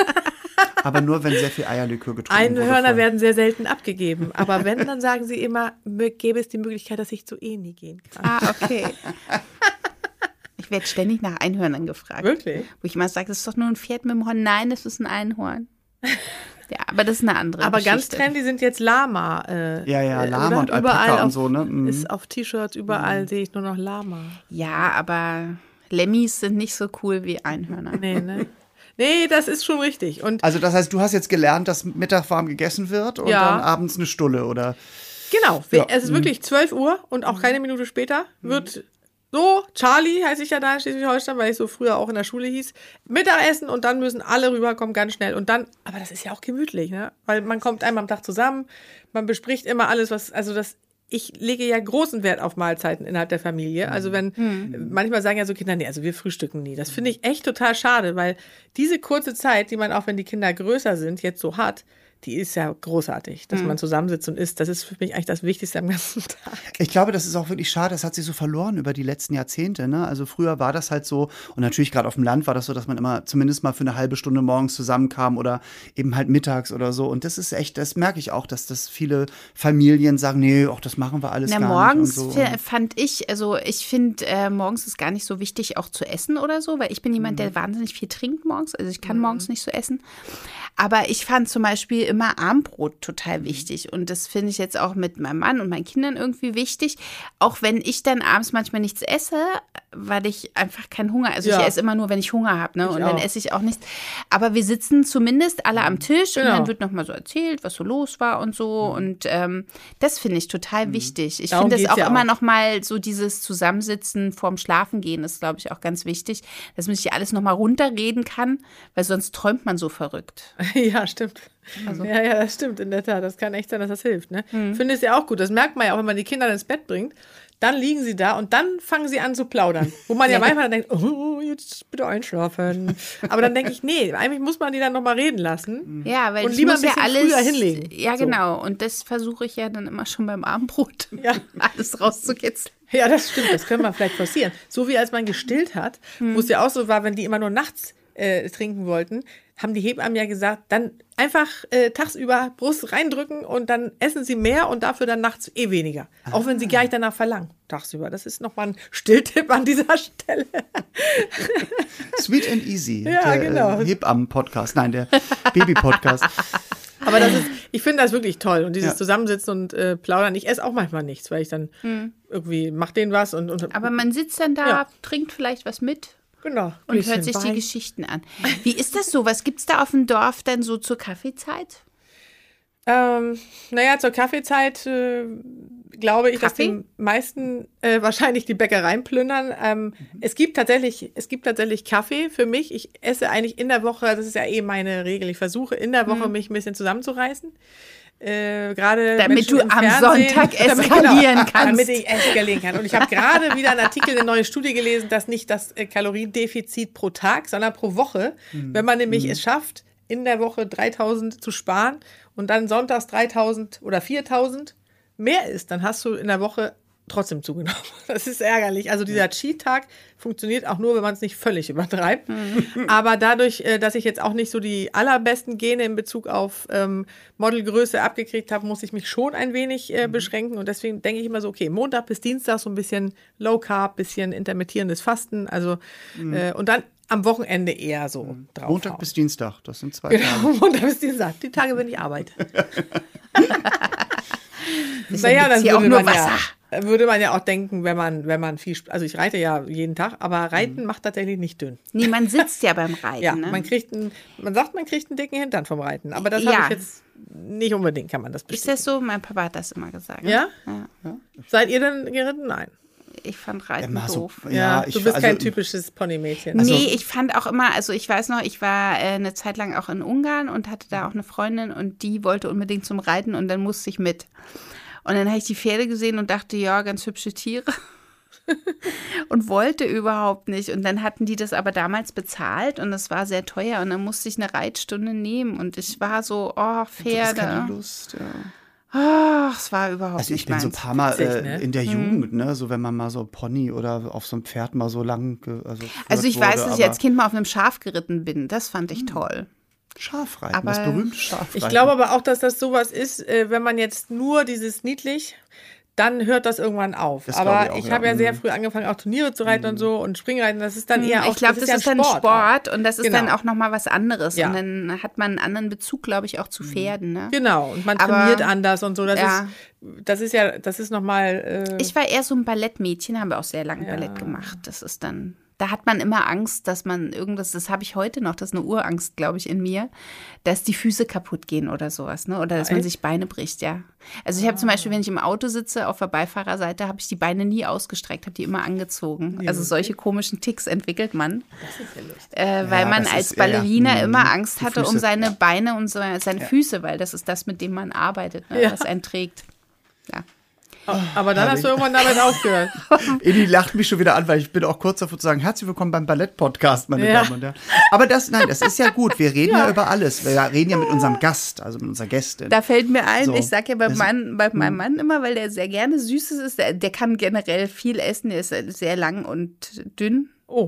Aber nur, wenn sehr viel Eierlikör getrunken wurde. Einhörner vorher. werden sehr selten abgegeben. Aber wenn, dann sagen sie immer, mö- gäbe es die Möglichkeit, dass ich zu Eni gehen kann. Ah, okay. Ich werde ständig nach Einhörnern gefragt. Wirklich? Wo ich immer sage, das ist doch nur ein Pferd mit dem Horn. Nein, das ist ein Einhorn. Ja, aber das ist eine andere Aber Geschichte. ganz trendy sind jetzt Lama. Äh, Ja, ja, äh, Lama oder? und Alpaka Überall und auf, so, ne? Mhm. Ist auf T-Shirts, überall sehe ich nur noch Lama. Ja, aber Lemmis sind nicht so cool wie Einhörner. Nee, ne? Nee, das ist schon richtig. Und Also das heißt, du hast jetzt gelernt, dass Mittag warm gegessen wird und Ja. dann abends eine Stulle, oder? genau, Ja. es ist wirklich zwölf Uhr und auch keine Minute später wird so, Charlie heiße ich ja da in Schleswig-Holstein, weil ich so früher auch in der Schule hieß, Mittagessen und dann müssen alle rüberkommen, ganz schnell. Und dann, aber das ist ja auch gemütlich, ne? Weil man kommt einmal am Tag zusammen, man bespricht immer alles, was, also das, ich lege ja großen Wert auf Mahlzeiten innerhalb der Familie. Also wenn, manchmal sagen ja so Kinder, nee, also wir frühstücken nie. Das finde ich echt total schade, weil diese kurze Zeit, die man auch, wenn die Kinder größer sind, jetzt so hat, die ist ja großartig, dass man zusammensitzt und isst. Das ist für mich eigentlich das Wichtigste am ganzen Tag. Ich glaube, das ist auch wirklich schade, das hat sich so verloren über die letzten Jahrzehnte. Ne? Also früher war das halt so, und natürlich gerade auf dem Land war das so, dass man immer zumindest mal für eine halbe Stunde morgens zusammenkam oder eben halt mittags oder so. Und das ist echt, das merke ich auch, dass das viele Familien sagen, nee, auch das machen wir alles Na, gar morgens nicht. Und so. fi- fand ich, also ich finde, äh, morgens ist gar nicht so wichtig, auch zu essen oder so, weil ich bin jemand, der wahnsinnig viel trinkt morgens. Also ich kann morgens nicht so essen. Aber ich fand zum Beispiel immer Armbrot total wichtig. Und das finde ich jetzt auch mit meinem Mann und meinen Kindern irgendwie wichtig. Auch wenn ich dann abends manchmal nichts esse, weil ich einfach keinen Hunger, also Ja. ich esse immer nur, wenn ich Hunger habe, ne? Ich Und dann auch. esse ich auch nichts. Aber wir sitzen zumindest alle am Tisch und Genau. dann wird nochmal so erzählt, was so los war und so. Und ähm, das finde ich total wichtig. Ich Darum finde es geht's auch ja immer auch. noch mal so dieses Zusammensitzen vorm Schlafengehen ist, glaube ich, auch ganz wichtig, dass man sich alles noch mal runterreden kann, weil sonst träumt man so verrückt. Ja, stimmt. Also Ja, ja, das stimmt, in der Tat. Das kann echt sein, dass das hilft. Ne? Ich finde es ja auch gut. Das merkt man ja auch, wenn man die Kinder ins Bett bringt. Dann liegen sie da und dann fangen sie an zu plaudern. Wo man ja manchmal dann denkt, oh, jetzt bitte einschlafen. Aber dann denke ich, nee, eigentlich muss man die dann noch mal reden lassen. Ja, weil Und ich lieber muss ein ja bisschen alles früher hinlegen. Ja, So. genau. Und das versuche ich ja dann immer schon beim Abendbrot, Ja. alles rauszukitzeln. Ja, das stimmt. Das können wir vielleicht forcieren. So wie als man gestillt hat, wo es ja auch so war, wenn die immer nur nachts äh, trinken wollten, haben die Hebammen ja gesagt, dann einfach äh, tagsüber Brust reindrücken und dann essen sie mehr und dafür dann nachts eh weniger. Ah. Auch wenn sie gleich danach verlangen, tagsüber. Das ist nochmal ein Stilltipp an dieser Stelle. Sweet and Easy, ja, der genau. äh, Hebammen-Podcast, nein, der Baby-Podcast. Aber das ist, ich finde das wirklich toll. Und dieses Ja. Zusammensitzen und äh, Plaudern. Ich esse auch manchmal nichts, weil ich dann hm. irgendwie mach denen was. Und, und, Aber man sitzt dann da, ja. trinkt vielleicht was mit. Genau. Und hört sich Wein. Die Geschichten an. Wie ist das so? Was gibt es da auf dem Dorf denn so zur Kaffeezeit? Ähm, naja, zur Kaffeezeit äh, glaube ich, Kaffee? dass die meisten äh, wahrscheinlich die Bäckereien plündern. Ähm, mhm. Es gibt tatsächlich, es gibt tatsächlich Kaffee für mich. Ich esse eigentlich in der Woche, das ist ja eh meine Regel, ich versuche in der Woche mhm. mich ein bisschen zusammenzureißen. Äh, gerade damit Menschen du im am Fernsehen, Sonntag damit, eskalieren genau, kannst. Damit ich eskalieren kann. Und ich habe gerade wieder einen Artikel, eine neue Studie gelesen, dass nicht das äh, Kaloriendefizit pro Tag, sondern pro Woche, mhm. wenn man nämlich mhm. es schafft, in der Woche dreitausend zu sparen und dann sonntags dreitausend oder viertausend mehr isst, dann hast du in der Woche trotzdem zugenommen. Das ist ärgerlich. Also dieser Cheat-Tag funktioniert auch nur, wenn man es nicht völlig übertreibt. Mhm. Aber dadurch, dass ich jetzt auch nicht so die allerbesten Gene in Bezug auf ähm, Modelgröße abgekriegt habe, muss ich mich schon ein wenig äh, beschränken. Und deswegen denke ich immer so, okay, Montag bis Dienstag so ein bisschen Low Carb, bisschen intermittierendes Fasten. Also mhm. äh, und dann am Wochenende eher so mhm. drauf. Montag bis Dienstag, das sind zwei genau, Tage. Montag bis Dienstag, die Tage, wenn ich arbeite. Naja, dann würde man, ja, würde man ja auch denken, wenn man, wenn man viel, also ich reite ja jeden Tag, aber Reiten mhm. macht tatsächlich nicht dünn. Nee, man sitzt ja beim Reiten. Ja, ne? man kriegt einen, man sagt, man kriegt einen dicken Hintern vom Reiten, aber das ja. habe ich jetzt nicht unbedingt, kann man das bestätigen. Ist das so? Mein Papa hat das immer gesagt. Ja? Ja. ja. Seid ihr denn geritten? Nein. Ich fand Reiten ja, so, doof. Ja, ja, du ich, bist also, kein typisches Ponymädchen. Also, also, nee, ich fand auch immer, also ich weiß noch, ich war äh, eine Zeit lang auch in Ungarn und hatte da auch eine Freundin und die wollte unbedingt zum Reiten und dann musste ich mit. Und dann habe ich die Pferde gesehen und dachte, ja, ganz hübsche Tiere. Und wollte überhaupt nicht. Und dann hatten die das aber damals bezahlt und das war sehr teuer. Und dann musste ich eine Reitstunde nehmen. Und ich war so, oh, Pferde. Keine Lust, ja. Oh, es war überhaupt also ich nicht bin meins. so ein paar Mal Witzig, äh, ne? in der Mhm. Jugend, ne, so wenn man mal so Pony oder auf so einem Pferd mal so lang, ge- also Also ich wurde, weiß, dass ich aber als Kind mal auf einem Schaf geritten bin. Das fand ich toll. Schafreiten, Aber- das berühmte Schafreiten. ich glaube aber auch, dass das sowas ist, äh, wenn man jetzt nur dieses niedlich, dann hört das irgendwann auf. Das glaube aber ich auch, ich ja. habe ja sehr Mhm. früh angefangen, auch Turniere zu reiten und so und Springreiten. Das ist dann eher auch Ich glaube, das, ja ist dann ein Sport, Sport auch. und das ist Genau. dann auch nochmal was anderes. Ja. Und dann hat man einen anderen Bezug, glaube ich, auch zu Pferden. Ne? Genau, und man Aber- trainiert anders und so. Das Ja. ist, das ist ja, das ist nochmal. Äh, Ich war eher so ein Ballettmädchen, haben wir auch sehr lange Ja. Ballett gemacht. Das ist dann, da hat man immer Angst, dass man irgendwas, das habe ich heute noch, das ist eine Urangst, glaube ich, in mir, dass die Füße kaputt gehen oder sowas, ne? Oder dass man Echt? sich Beine bricht, ja. Also ich habe zum Beispiel, wenn ich im Auto sitze, auf der Beifahrerseite, habe ich die Beine nie ausgestreckt, habe die immer angezogen. Ja, Also solche komischen Ticks entwickelt man, das ist ja lustig. äh, weil Ja, man das als ist- ja, ja. Ballerina Mhm. immer Angst Die hatte um Füße, seine ja. Beine und so, seine Füße, weil das ist das, mit dem man arbeitet, ne? Ja. Was einen trägt. Ja. Aber dann hast du irgendwann damit aufgehört. Edi lacht mich schon wieder an, weil ich bin auch kurz davor zu sagen, herzlich willkommen beim Ballett-Podcast, meine Ja. Damen und Herren. Aber das, nein, das ist ja gut. Wir reden ja, über alles. Wir reden ja mit unserem Gast, also mit unserer Gästin. Da fällt mir ein, So. ich sage ja bei, Das- Mann, bei meinem Mann immer, weil der sehr gerne Süßes ist, der, der kann generell viel essen, der ist sehr lang und dünn. Oh,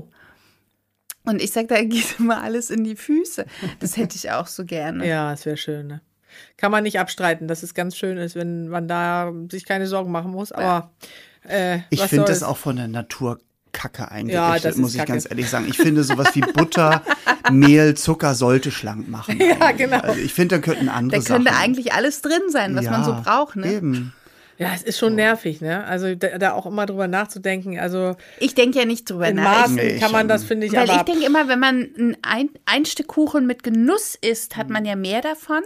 Und ich sage, da geht immer alles in die Füße. Das hätte ich auch so gerne. ja, es wäre schön. Ne? Kann man nicht abstreiten, dass es ganz schön ist, wenn man da sich keine Sorgen machen muss. Aber äh, Ich was finde soll's? das auch von der Natur Kacke eigentlich, Ja, das muss ist ich Kacke. ganz ehrlich sagen. Ich finde sowas wie Butter, Mehl, Zucker sollte schlank machen. Ja, eigentlich. genau. Also ich finde, da könnten andere Da könnte Sachen. eigentlich alles drin sein, was ja, man so braucht. Ne? Eben. Ja, es ist schon nervig, ne? Also da, da auch immer drüber nachzudenken. Also Ich denke ja nicht drüber in nach. Maßen Nee, ich kann man schon. das, finde ich, Weil aber ich denke immer, wenn man ein, ein, ein Stück Kuchen mit Genuss isst, hat man ja mehr davon,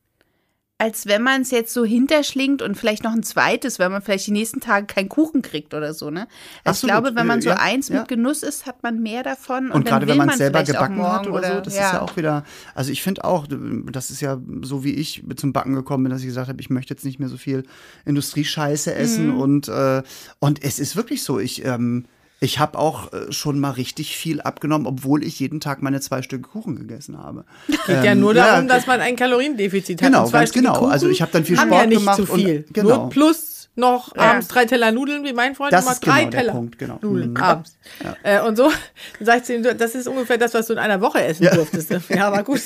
als wenn man es jetzt so hinterschlingt und vielleicht noch ein zweites, weil man vielleicht die nächsten Tage keinen Kuchen kriegt oder so. Ne? Also ich Absolut. glaube, wenn man so Ja, eins ja. mit Genuss isst, hat man mehr davon. Und, Und dann gerade will wenn man es selber vielleicht auch gebacken hat morgen oder so, das ist ja auch wieder, also ich finde auch, das ist ja so, wie ich zum Backen gekommen bin, dass ich gesagt habe, ich möchte jetzt nicht mehr so viel Industriescheiße essen Mhm. und, äh, und es ist wirklich so, ich, ähm, ich habe auch äh, schon mal richtig viel abgenommen, obwohl ich jeden Tag meine zwei Stücke Kuchen gegessen habe. geht ja nur darum, dass man ein Kaloriendefizit hat. Genau, Und zwei ganz Stücke genau. Kuchen Also ich habe dann viel haben Sport ja nicht gemacht zu viel. und genau. Nur plus noch Ja. abends drei Teller Nudeln, wie mein Freund Das immer ist drei genau der Teller Punkt, genau. Nudeln Mhm. abends. Äh, und so, dann sag ich zu ihm, das ist ungefähr das, was du in einer Woche essen Ja. durftest. Ja, aber gut.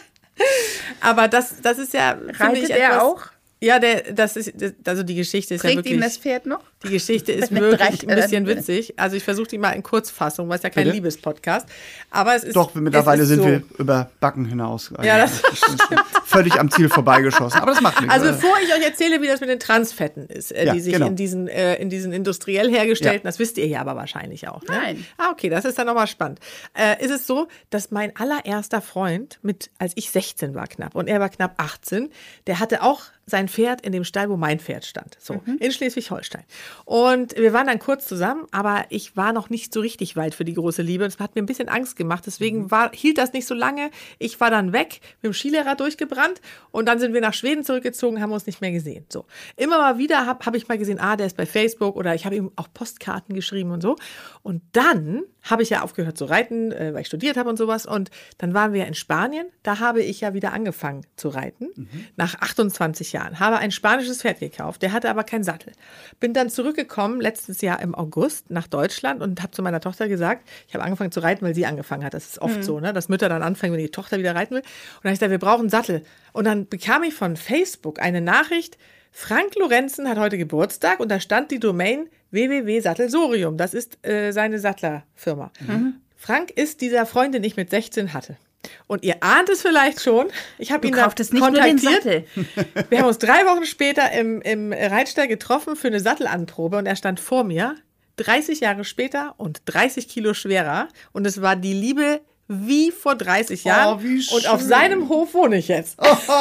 Aber das, das ist ja, finde Reitet ich, er etwas, auch? Ja, der, das ist, das, also die Geschichte ist ja Trägt wirklich. ihn das Pferd noch? Die Geschichte ist Mit wirklich drei ein bisschen Tellern. witzig. Also ich versuche die mal in Kurzfassung, weil es ja kein Bitte? Liebespodcast. Aber es ist. Doch, mittlerweile es ist sind so. wir über Backen hinaus. Ja, das Völlig am Ziel vorbeigeschossen. Aber das macht nichts. Also bevor ich euch erzähle, wie das mit den Transfetten ist, äh, Ja, die sich genau. in diesen äh, in diesen industriell hergestellten, Ja. das wisst ihr ja aber wahrscheinlich auch. Ne? Nein. Ah, okay, das ist dann nochmal spannend. Äh, ist es so, dass mein allererster Freund, mit, als ich sechzehn war knapp und er war knapp achtzehn, der hatte auch sein Pferd in dem Stall, wo mein Pferd stand, so in Schleswig-Holstein. Und wir waren dann kurz zusammen, aber ich war noch nicht so richtig weit für die große Liebe. Das hat mir ein bisschen Angst gemacht, deswegen war, hielt das nicht so lange. Ich war dann weg, mit dem Skilehrer durchgebrannt und dann sind wir nach Schweden zurückgezogen, haben uns nicht mehr gesehen. So. Immer mal wieder habe hab ich mal gesehen, ah, der ist bei Facebook oder ich habe ihm auch Postkarten geschrieben und so. Und dann habe ich ja aufgehört zu reiten, äh, weil ich studiert habe und sowas. Und dann waren wir in Spanien. Da habe ich ja wieder angefangen zu reiten. Nach achtundzwanzig Jahren. Habe ein spanisches Pferd gekauft. Der hatte aber keinen Sattel. Bin dann zurückgekommen, letztes Jahr im August, nach Deutschland und habe zu meiner Tochter gesagt, ich habe angefangen zu reiten, weil sie angefangen hat. Das ist oft so, ne, dass Mütter dann anfangen, wenn die Tochter wieder reiten will. Und dann habe ich gesagt, wir brauchen einen Sattel. Und dann bekam ich von Facebook eine Nachricht, Frank Lorenzen hat heute Geburtstag und da stand die Domain w w w punkt sattelsorium. Das ist äh, seine Sattlerfirma. Mhm. Frank ist dieser Freund, den ich mit sechzehn hatte. Und ihr ahnt es vielleicht schon. Ich habe Du ihn dann kauftest nicht nur den kontaktiert. Sattel. Wir haben uns drei Wochen später im, im Reitstall getroffen für eine Sattelanprobe und er stand vor mir, dreißig Jahre später und dreißig Kilo schwerer. Und es war die Liebe wie vor dreißig Jahren. wie und auf schön. seinem Hof wohne ich jetzt.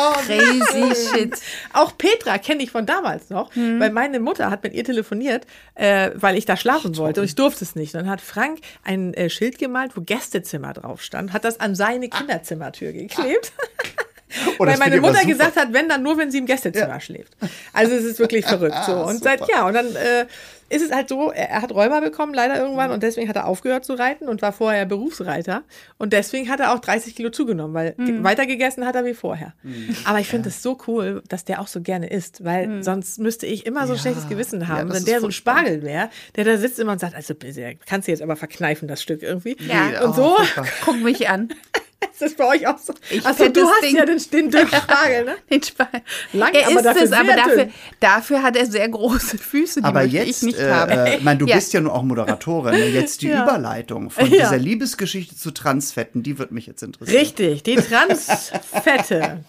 Crazy shit. Auch Petra kenne ich von damals noch, Mhm. weil meine Mutter hat mit ihr telefoniert, äh, weil ich da schlafen wollte und ich durfte es nicht. Dann hat Frank ein äh, Schild gemalt, wo Gästezimmer drauf stand, hat das an seine Kinderzimmertür geklebt. Oh, Weil das meine finde ich aber Mutter super. gesagt hat, wenn, dann nur, wenn sie im Gästezimmer Ja. schläft. Also es ist wirklich verrückt. So. Und Super. seit, ja, und dann äh, ist es halt so, er, er hat Rheuma bekommen, leider irgendwann, und deswegen hat er aufgehört zu reiten und war vorher Berufsreiter. Und deswegen hat er auch dreißig Kilo zugenommen, weil ge- weiter gegessen hat er wie vorher. Aber ich finde es so cool, dass der auch so gerne isst, weil sonst müsste ich immer so ein Ja. schlechtes Gewissen Ja, haben, das wenn ist der so ein furchtbar. Spargel wäre, der da sitzt immer und sagt, also bitte, kannst du jetzt aber verkneifen, das Stück irgendwie. Ja. Und Oh, so furchtbar. Guck mich an. ist das bei euch auch so. Ich Achso, find du das hast Ding- ja den, den dünnen Spargel, ne? Den Spargel. Lang, er aber ist dafür es, aber sehr dafür, dünn. dafür hat er sehr große Füße, die Aber möchte jetzt, ich nicht äh, haben. äh, ich meine, du Ja. bist ja nur auch Moderatorin. Ne? Jetzt die Ja. Überleitung von Ja. dieser Liebesgeschichte zu Transfetten, die wird mich jetzt interessieren. Richtig, die Transfette.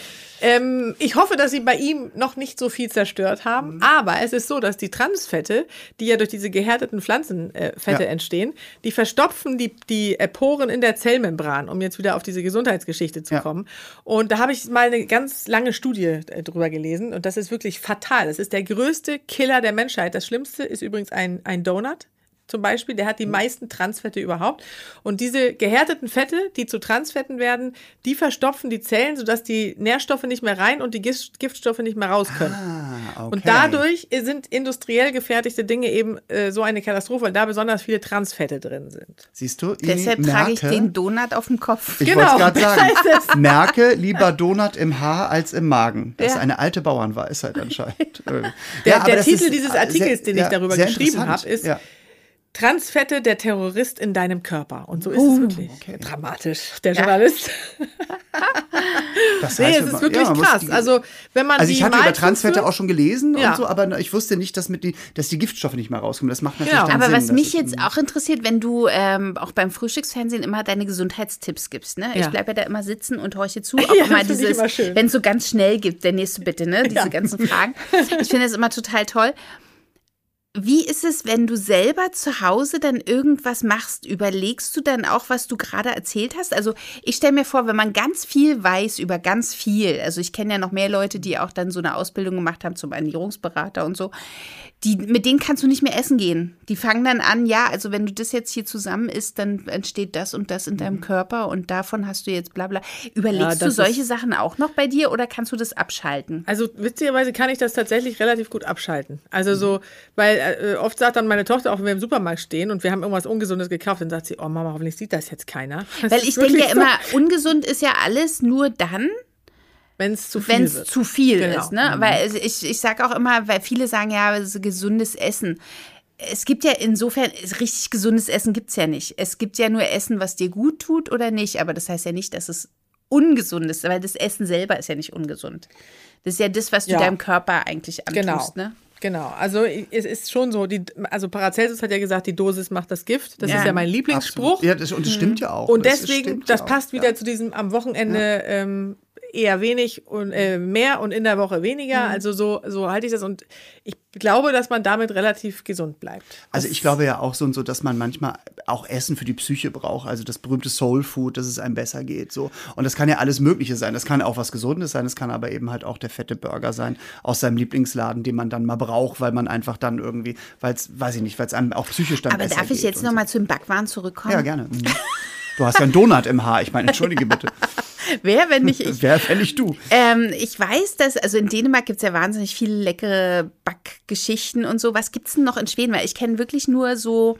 Ähm, ich hoffe, dass sie bei ihm noch nicht so viel zerstört haben, aber es ist so, dass die Transfette, die ja durch diese gehärteten Pflanzenfette äh, Fette Ja. entstehen, die verstopfen die, die äh, Poren in der Zellmembran, um jetzt wieder auf diese Gesundheitsgeschichte zu Ja. kommen. Und da habe ich mal eine ganz lange Studie äh, drüber gelesen und das ist wirklich fatal. Das ist der größte Killer der Menschheit. Das Schlimmste ist übrigens ein, ein Donut. Zum Beispiel, der hat die meisten Transfette überhaupt. Und diese gehärteten Fette, die zu Transfetten werden, die verstopfen die Zellen, sodass die Nährstoffe nicht mehr rein und die Gift- Giftstoffe nicht mehr raus können. Ah, okay. Und dadurch sind industriell gefertigte Dinge eben äh, so eine Katastrophe, weil da besonders viele Transfette drin sind. Siehst du, Ini, Deshalb trage ich merke, den Donut auf dem Kopf. Ich Genau, wollte es gerade sagen. das ist Merke lieber Donut im Haar als im Magen. Das Ja. ist eine alte Bauernweisheit anscheinend. Äh, Der, ja, aber der das Titel ist, dieses äh, Artikels, sehr- den ich ja, darüber sehr geschrieben interessant. habe, ist Ja. Transfette, der Terrorist in deinem Körper. Und so ist Uh, es wirklich. okay. Dramatisch, der Journalist. Das Nee, heißt, es man- ist wirklich ja, man muss krass. die- Also, wenn man Also die ich hatte über mal Transfette zuführt- auch schon gelesen Ja. und so, aber ich wusste nicht, dass, mit die, dass die Giftstoffe nicht mehr rauskommen. Das macht natürlich Genau. dann Aber Sinn. was dass mich es- jetzt auch interessiert, wenn du ähm, auch beim Frühstücksfernsehen immer deine Gesundheitstipps gibst, ne? Ich Ja. bleibe ja da immer sitzen und horche zu, auch Ja, immer das finde ich dieses, immer schön. wenn es so ganz schnell gibt, der nächste bitte, ne? Diese Ja. ganzen Fragen. Ich finde das immer total toll. Wie ist es, wenn du selber zu Hause dann irgendwas machst? Überlegst du dann auch, was du gerade erzählt hast? Also ich stelle mir vor, wenn man ganz viel weiß über ganz viel, also ich kenne ja noch mehr Leute, die auch dann so eine Ausbildung gemacht haben zum Ernährungsberater und so, die, mit denen kannst du nicht mehr essen gehen. Die fangen dann an, ja, also wenn du das jetzt hier zusammen isst, dann entsteht das und das in deinem Körper und davon hast du jetzt bla bla. Überlegst Ja, du das solche ist- Sachen auch noch bei dir oder kannst du das abschalten? Also witzigerweise kann ich das tatsächlich relativ gut abschalten. Also so, weil äh, oft sagt dann meine Tochter auch, wenn wir im Supermarkt stehen und wir haben irgendwas Ungesundes gekauft, dann sagt sie, oh Mama, hoffentlich sieht das jetzt keiner. Das Weil ist ich denke wirklich ja so. immer, ungesund ist ja alles nur dann, wenn es zu viel Wenn es wird. zu viel Genau. ist, ne? Weil ich, ich sage auch immer, weil viele sagen, ja, es ist gesundes Essen. Es gibt ja insofern, richtig gesundes Essen gibt es ja nicht. Es gibt ja nur Essen, was dir gut tut oder nicht. Aber das heißt ja nicht, dass es ungesund ist, weil das Essen selber ist ja nicht ungesund. Das ist ja das, was du Ja. deinem Körper eigentlich antust, Genau. ne? Genau, also es ist schon so, die, also Paracelsus hat ja gesagt, die Dosis macht das Gift. Das Ja. ist ja mein Lieblingsspruch. Absolut. Ja, das, und das stimmt ja auch. Und Das deswegen, stimmt das ja auch, passt wieder ja. zu diesem am Wochenende ähm, eher wenig und äh, mehr und in der Woche weniger. Mhm. Also so, so halte ich das. Und ich glaube, dass man damit relativ gesund bleibt. Also ich glaube ja auch so und so, dass man manchmal auch Essen für die Psyche braucht. Also das berühmte Soul Food, dass es einem besser geht. So. Und das kann ja alles Mögliche sein. Das kann auch was Gesundes sein. Das kann aber eben halt auch der fette Burger sein aus seinem Lieblingsladen, den man dann mal braucht, weil man einfach dann irgendwie, weil es, weiß ich nicht, weil es einem auch psychisch dann Aber besser darf ich geht jetzt und noch so. mal zu den Backwaren zurückkommen? Ja, gerne. Mhm. Du hast ja einen Donut im Haar. Ich meine, entschuldige bitte. Wer, wenn nicht ich? Wer, wenn nicht du? Ähm, ich weiß, dass, also in Dänemark gibt es ja wahnsinnig viele leckere Backgeschichten und so. Was gibt es denn noch in Schweden? Weil ich kenne wirklich nur so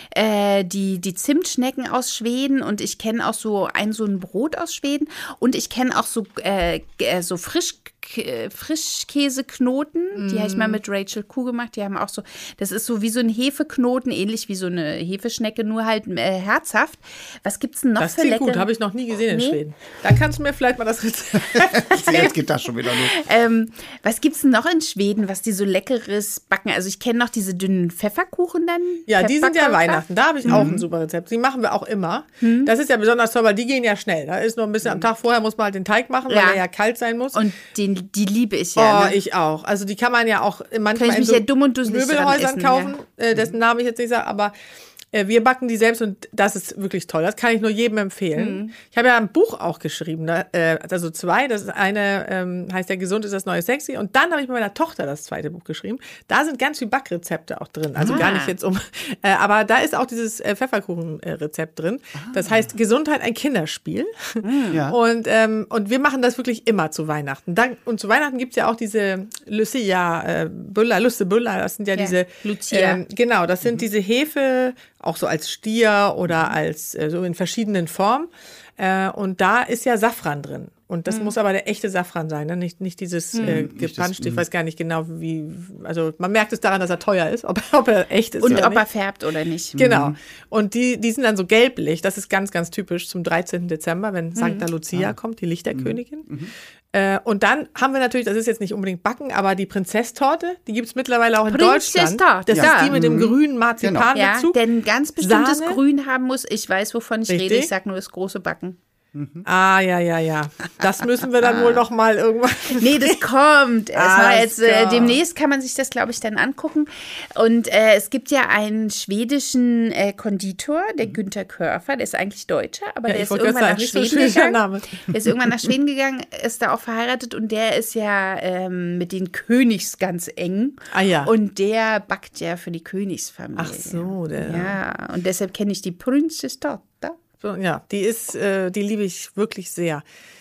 äh, die, die Zimtschnecken aus Schweden und ich kenne auch so ein, so ein Brot aus Schweden und ich kenne auch so, äh, äh, so Frisch, äh, Frischkäseknoten. Die habe ich mal mit Rachel Kuh gemacht. Die haben auch so, das ist so wie so ein Hefeknoten, ähnlich wie so eine Hefeschnecke, nur halt äh, herzhaft. Was gibt es denn noch Das für klingt leckere? gut, habe ich noch nie gesehen in Nee? Schweden. Da kannst du mir vielleicht mal das Rezept. Jetzt geht das schon wieder los. Ähm, was gibt's denn noch in Schweden, was die so leckeres backen? Also ich kenne noch diese dünnen Pfefferkuchen dann. Ja, die sind ja Pfefferkörper. Weihnachten. Da habe ich auch ein super Rezept. Die machen wir auch immer. Das ist ja besonders toll, weil die gehen ja schnell. Da ist noch ein bisschen am Tag vorher, muss man halt den Teig machen, weil Ja. er ja kalt sein muss. Und den, die liebe ich Oh, ja. ne? ich auch. Also die kann man ja auch manchmal ich in mich so ja dumm und dusselig dran Möbelhäusern essen, kaufen, äh, dessen Namen ich jetzt nicht sage, aber äh, wir backen die selbst und das ist wirklich toll. Das kann ich nur jedem empfehlen. Mhm. Ich habe ja ein Buch auch geschrieben, da, äh, also zwei. Das ist eine ähm, heißt ja Gesund ist das neue Sexy und dann habe ich mit meiner Tochter das zweite Buch geschrieben. Da sind ganz viele Backrezepte auch drin. Also Ah. gar nicht jetzt um, äh, aber da ist auch dieses äh, Pfefferkuchen-Rezept drin. Das heißt Gesundheit ein Kinderspiel. Ja. Und, ähm, und wir machen das wirklich immer zu Weihnachten. Dann, und zu Weihnachten gibt es ja auch diese Lucia, äh, Büller, Lüsse Büller, das sind ja, Ja, diese, Lucia. ähm, genau, das sind diese Hefe, auch so als Stier oder als, äh, so in verschiedenen Formen. Äh, und da ist ja Safran drin. Und das muss aber der echte Safran sein, ne? nicht, nicht dieses äh, gepanschte. Ich weiß gar nicht genau, wie, also man merkt es daran, dass er teuer ist, ob, ob er echt ist Und oder ob nicht. er färbt oder nicht. Genau. Und die, die sind dann so gelblich. Das ist ganz, ganz typisch zum dreizehnten Dezember, wenn Sancta Lucia kommt, die Lichterkönigin. Äh, und dann haben wir natürlich, das ist jetzt nicht unbedingt Backen, aber die Prinzesstorte, die gibt es mittlerweile auch in Deutschland. Prinzesstorte, Das ja. ist die mit dem grünen Marzipanbezug. Ja, der ein ganz bestimmtes Sahne. Grün haben muss. Ich weiß, wovon ich Richtig. rede. Ich sag nur das große Backen. Ah, ja, ja, ja. Das müssen wir dann wohl noch mal irgendwann. Nee, das kommt. Es Ah, war jetzt, äh, klar. demnächst kann man sich das, glaube ich, dann angucken. Und äh, es gibt ja einen schwedischen äh, Konditor, der Günther Körfer, der ist eigentlich Deutscher, aber Ja, der ich ist wollte irgendwann gerade nach sagen, nicht so Schweden schwieriger gegangen. Name. Der ist irgendwann nach Schweden gegangen, ist da auch verheiratet und der ist ja ähm, mit den Königs ganz eng. Ah, ja. Und der backt ja für die Königsfamilie. Ach so, der. Ja, und deshalb kenne ich die Prinzesstochter. So, ja, die ist, äh, die liebe ich wirklich sehr.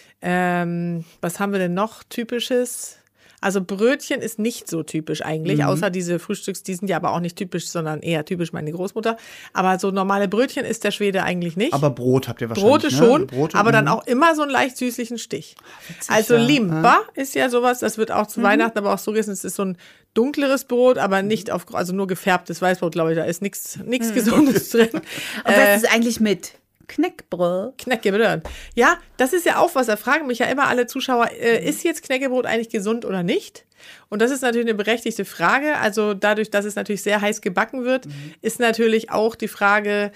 Ähm, was haben wir denn noch Typisches? Also Brötchen ist nicht so typisch eigentlich, außer diese Frühstücks, die sind ja aber auch nicht typisch, sondern eher typisch meine Großmutter. Aber so normale Brötchen ist der Schwede eigentlich nicht. Aber Brot habt ihr wahrscheinlich. Brote ne? schon, Brote, aber dann mhm. auch immer so einen leicht süßlichen Stich. Also ja. Limpa ist ja sowas, das wird auch zu Weihnachten aber auch so gegessen. Es ist so ein dunkleres Brot, aber nicht auf, also nur gefärbtes Weißbrot, glaube ich. Da ist nichts nichts Gesundes drin. Und was ist eigentlich mit Knäckebrot? Knäckebrot. Ja, das ist ja auch was, da fragen mich ja immer alle Zuschauer, äh, ist jetzt Knäckebrot eigentlich gesund oder nicht? Und das ist natürlich eine berechtigte Frage. Also dadurch, dass es natürlich sehr heiß gebacken wird, ist natürlich auch die Frage,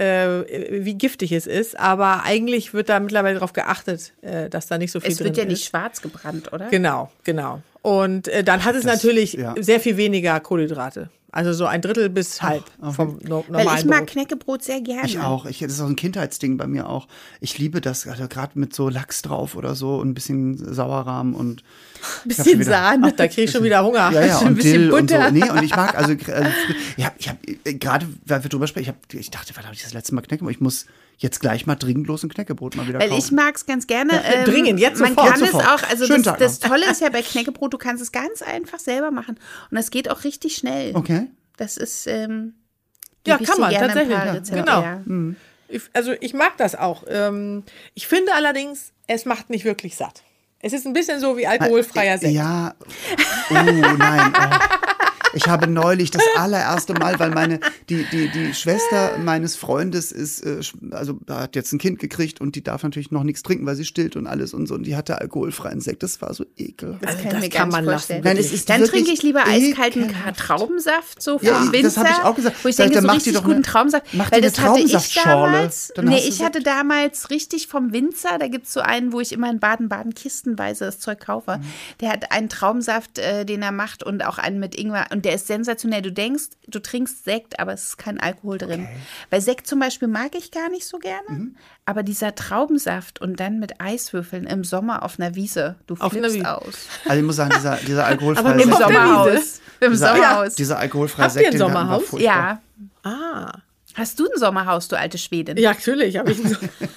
äh, wie giftig es ist. Aber eigentlich wird da mittlerweile darauf geachtet, äh, dass da nicht so viel Es drin wird ja ist. nicht schwarz gebrannt, oder? Genau, genau. Und äh, dann hat es natürlich ja. sehr viel weniger Kohlenhydrate. Also so ein Drittel bis halb vom no normalen Weil ich mag Brot. Knäckebrot sehr gerne. Ich auch. Ich, das ist auch ein Kindheitsding bei mir auch. Ich liebe das, also gerade mit so Lachs drauf oder so und ein bisschen Sauerrahm und Bisschen wieder- Sahne. Ach, da kriege ich schon wieder Hunger. ja, ja, Ein und bisschen Dill und so. Butter. Nee, und ich mag, also, also ja, ich habe gerade, weil wir drüber sprechen, ich, hab, ich dachte, wann habe ich das letzte Mal Knäckebrot? Ich muss jetzt gleich mal dringend los ein Knäckebrot mal wieder Weil kaufen. ich mag es ganz gerne. Ähm, dringend, jetzt Man sofort, kann sofort. es auch, also Schönen das, Tag das noch. Tolle ist ja bei Knäckebrot, du kannst es ganz einfach selber machen. Und das geht auch richtig schnell. Okay. Das ist, ähm, Ja, gebe ich kann dir man, gerne ein tatsächlich, paar ja. Rezepte, Genau. ja. Ich, also ich mag das auch. Ähm, ich finde allerdings, es macht nicht wirklich satt. Es ist ein bisschen so wie alkoholfreier Sekt. Ja. Oh nein. Oh. Ich habe neulich das allererste Mal, weil meine die die die Schwester meines Freundes ist äh, also hat jetzt ein Kind gekriegt und die darf natürlich noch nichts trinken, weil sie stillt und alles und so und die hatte alkoholfreien Sekt. Das war so ekelhaft. Das Also kann ich das mir kann gar man nicht lassen, vorstellen. Nein, es ist Dann wirklich trinke ich lieber eiskalten ekelhaft. Traubensaft so vom Ja, Winzer. das habe ich auch gesagt. Wo ich Sag ich, denke, dann so mach dir richtig doch guten eine- Traubensaft. mach dir Weil eine das hatte ich Traubensaftschorle, damals. dann Nee, hast du ich so- hatte damals richtig vom Winzer, da gibt es so einen, wo ich immer in Baden-Baden kistenweise das Zeug kaufe. Mhm. Der hat einen Traubensaft, äh, den er macht und auch einen mit Ingwer. Und der ist sensationell. Du denkst, du trinkst Sekt, aber es ist kein Alkohol drin. Weil Sekt zum Beispiel mag ich gar nicht so gerne. Mhm. Aber dieser Traubensaft und dann mit Eiswürfeln im Sommer auf einer Wiese, du Auf einer flippst Wiese. aus. Also ich muss sagen, dieser dieser alkoholfreie Aber nur Im auf der Sekt, Wiese. Sommerhaus. Im dieser, Sommerhaus. dieser alkoholfreie Habt ihr Sekt, ein den wir hatten, war Sommerhaus? furchtbar. Ja. Ah. Hast du ein Sommerhaus, du alte Schwedin? Ja, natürlich. Hab ich so,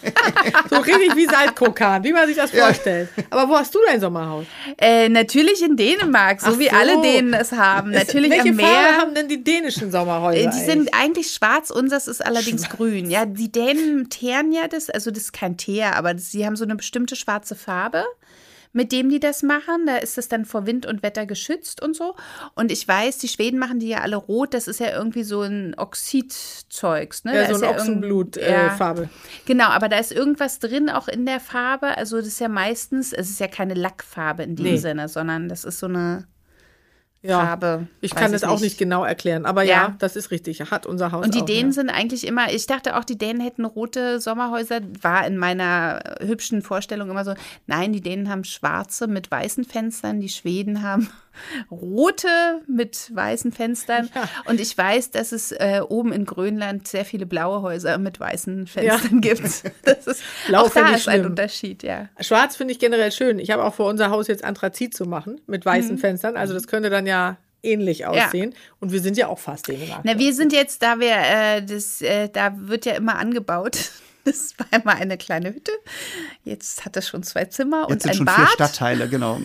so richtig wie Saltkokan, wie man sich das vorstellt. Aber wo hast du dein Sommerhaus? Äh, natürlich in Dänemark, so Ach wie so. alle Dänen es haben. Natürlich Welche am Farbe Meer. haben denn die dänischen Sommerhäuser? Äh, Die eigentlich? sind eigentlich schwarz, unseres ist allerdings grün. Ja, die Dänen teeren ja das, also das ist kein Teer, aber das, sie haben so eine bestimmte schwarze Farbe, mit dem die das machen. Da ist es dann vor Wind und Wetter geschützt und so. Und ich weiß, die Schweden machen die ja alle rot. Das ist ja irgendwie so ein Oxidzeugs. Ne? ja, Da so ist eine ja irgend- Ochsenblut-Farbe. ja. Äh, Farbe. Genau, aber da ist irgendwas drin, auch in der Farbe. Also das ist ja meistens, es ist ja keine Lackfarbe in dem Nee. Sinne, sondern das ist so eine ja. Farbe. Ich weiß kann das auch nicht genau erklären, aber ja, Ja. das ist richtig. Hat unser Haus Und die auch, Dänen ja. sind eigentlich immer, ich dachte auch, die Dänen hätten rote Sommerhäuser, war in meiner hübschen Vorstellung immer so, nein, die Dänen haben schwarze mit weißen Fenstern, die Schweden haben rote mit weißen Fenstern. Ja. Und ich weiß, dass es äh, oben in Grönland sehr viele blaue Häuser mit weißen Fenstern gibt. Das ist, Blau auch da finde ich ist ein schlimm. Unterschied, ja. Schwarz finde ich generell schön. Ich habe auch vor unser Haus jetzt Anthrazit zu machen mit weißen Fenstern. Also das könnte dann ja ähnlich aussehen. Und wir sind ja auch fast Dänemark. Na, wir sind jetzt, da wir, äh, das, äh, da wird ja immer angebaut. Das war immer eine kleine Hütte. Jetzt hat das schon zwei Zimmer Jetzt und sind ein schon Bad. vier Stadtteile, genau.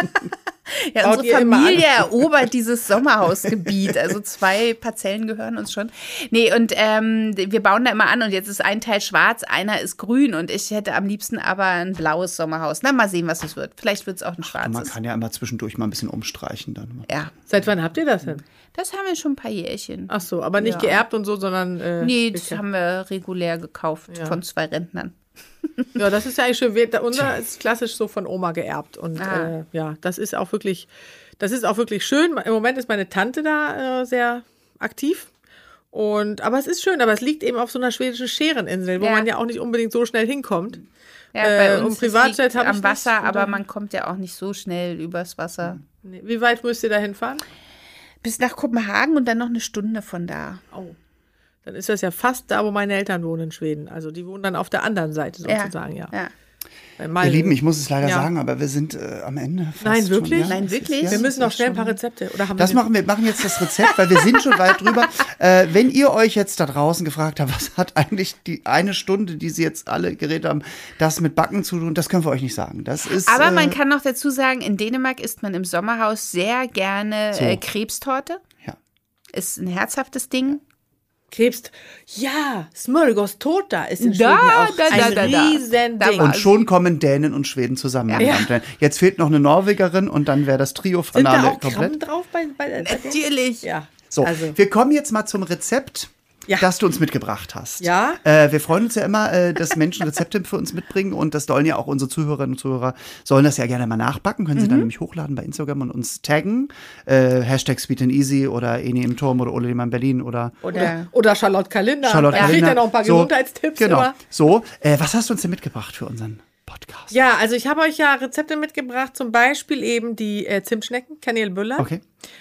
Ja, Baut unsere ihr immer Familie an? erobert dieses Sommerhausgebiet. Also zwei Parzellen gehören uns schon. Nee, und ähm, wir bauen da immer an und jetzt ist ein Teil schwarz, einer ist grün und ich hätte am liebsten aber ein blaues Sommerhaus. Na, mal sehen, was es wird. Vielleicht wird es auch ein Man schwarzes. kann ja immer zwischendurch mal ein bisschen umstreichen dann. Ja, Seit wann habt ihr das denn? das haben wir schon ein paar Jährchen. Ach so, aber nicht Ja. geerbt und so, sondern äh, Nee, das gekauft. haben wir regulär gekauft Ja. von zwei Rentnern. Ja, das ist ja eigentlich schön. Wir, da- unser ist klassisch so von Oma geerbt. Und Ah. äh, ja, das ist auch wirklich, das ist auch wirklich schön. Im Moment ist meine Tante da äh, sehr aktiv. Und, aber es ist schön, aber es liegt eben auf so einer schwedischen Schäreninsel, wo Ja. man ja auch nicht unbedingt so schnell hinkommt. Ja, Äh, bei und uns Privatjet liegt hab ich am nicht, Wasser, von aber daher- man kommt ja auch nicht so schnell übers Wasser. Nee. Wie weit müsst ihr da hinfahren? Bis nach Kopenhagen und dann noch eine Stunde von da. Oh. Dann ist das ja fast da, wo meine Eltern wohnen in Schweden. Also die wohnen dann auf der anderen Seite sozusagen, ja. ja. Bei Ihr Malmö. Lieben, ich muss es leider Ja. sagen, aber wir sind äh, am Ende. Fast Nein, schon, wirklich? ja, Nein, es ist- wirklich? ja, Wir müssen noch es ist schnell ein schon- paar Rezepte. Oder haben Das wir machen wir, machen jetzt das Rezept, weil wir sind schon weit drüber. Äh, wenn ihr euch jetzt da draußen gefragt habt, was hat eigentlich die eine Stunde, die sie jetzt alle geredet haben, das mit Backen zu tun, das können wir euch nicht sagen. Das ist. Aber äh, man kann noch dazu sagen, in Dänemark isst man im Sommerhaus sehr gerne So. äh, Krebstorte. Ja. Ist ein herzhaftes Ding. Krebs. Ja, Smörgåstårta ist in Da, Schweden auch da, da, ein da, da. riesen Da Ding. war- Und schon kommen Dänen und Schweden zusammen. meine Ja. Damen und Herren. Jetzt fehlt noch eine Norwegerin und dann wäre das Sind Trio-Finale da auch Krabben komplett. drauf bei, bei, bei Natürlich. Ja. So, also, wir kommen jetzt mal zum Rezept, Ja. das du uns mitgebracht hast. Ja. Äh, wir freuen uns ja immer, äh, dass Menschen Rezepte für uns mitbringen und das sollen ja auch unsere Zuhörerinnen und Zuhörer, sollen das ja gerne mal nachbacken, können sie Mhm. dann nämlich hochladen bei Instagram und uns taggen. Äh, Hashtag Sweet and Easy oder Eni im Turm oder Ole Lehmann Berlin oder Oder oder Charlotte Kalender. Charlotte da kriegt Kalender. er noch ein paar So, Gesundheitstipps Genau. immer. So, äh, was hast du uns denn mitgebracht für unseren Podcast? Ja, also ich habe euch ja Rezepte mitgebracht, zum Beispiel eben die äh, Zimtschnecken, Kanelbuller Okay.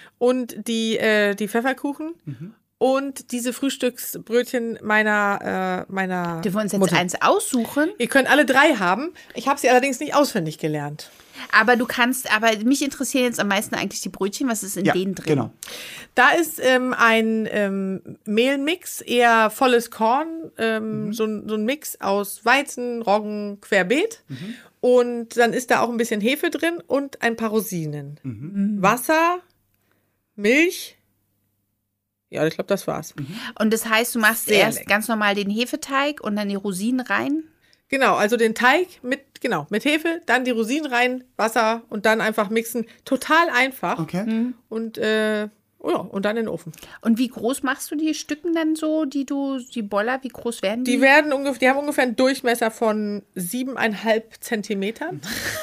und die, äh, die Pfefferkuchen und diese Frühstücksbrötchen meiner, äh, meiner dürfen wir uns jetzt Mutter. eins aussuchen. Ihr könnt alle drei haben. Ich habe sie allerdings nicht auswendig gelernt. Aber du kannst, aber mich interessieren jetzt am meisten eigentlich die Brötchen. Was ist in Ja, denen drin? genau. Da ist ähm, ein ähm, Mehlmix, eher volles Korn, ähm, so, ein- so ein Mix aus Weizen, Roggen, Querbeet. Und dann ist da auch ein bisschen Hefe drin und ein paar Rosinen. Wasser, Milch. Ja, ich glaube, das war's. Und das heißt, du machst Sehr erst lecker. ganz normal den Hefeteig und dann die Rosinen rein. Genau, also den Teig mit, genau, mit Hefe, dann die Rosinen rein, Wasser und dann einfach mixen. Total einfach. Okay. Und, äh, oh ja, und dann in den Ofen. Und wie groß machst du die Stücken dann so, die du, die Boller, wie groß werden die? Die werden ungefähr, die haben ungefähr einen Durchmesser von siebeneinhalb Zentimetern.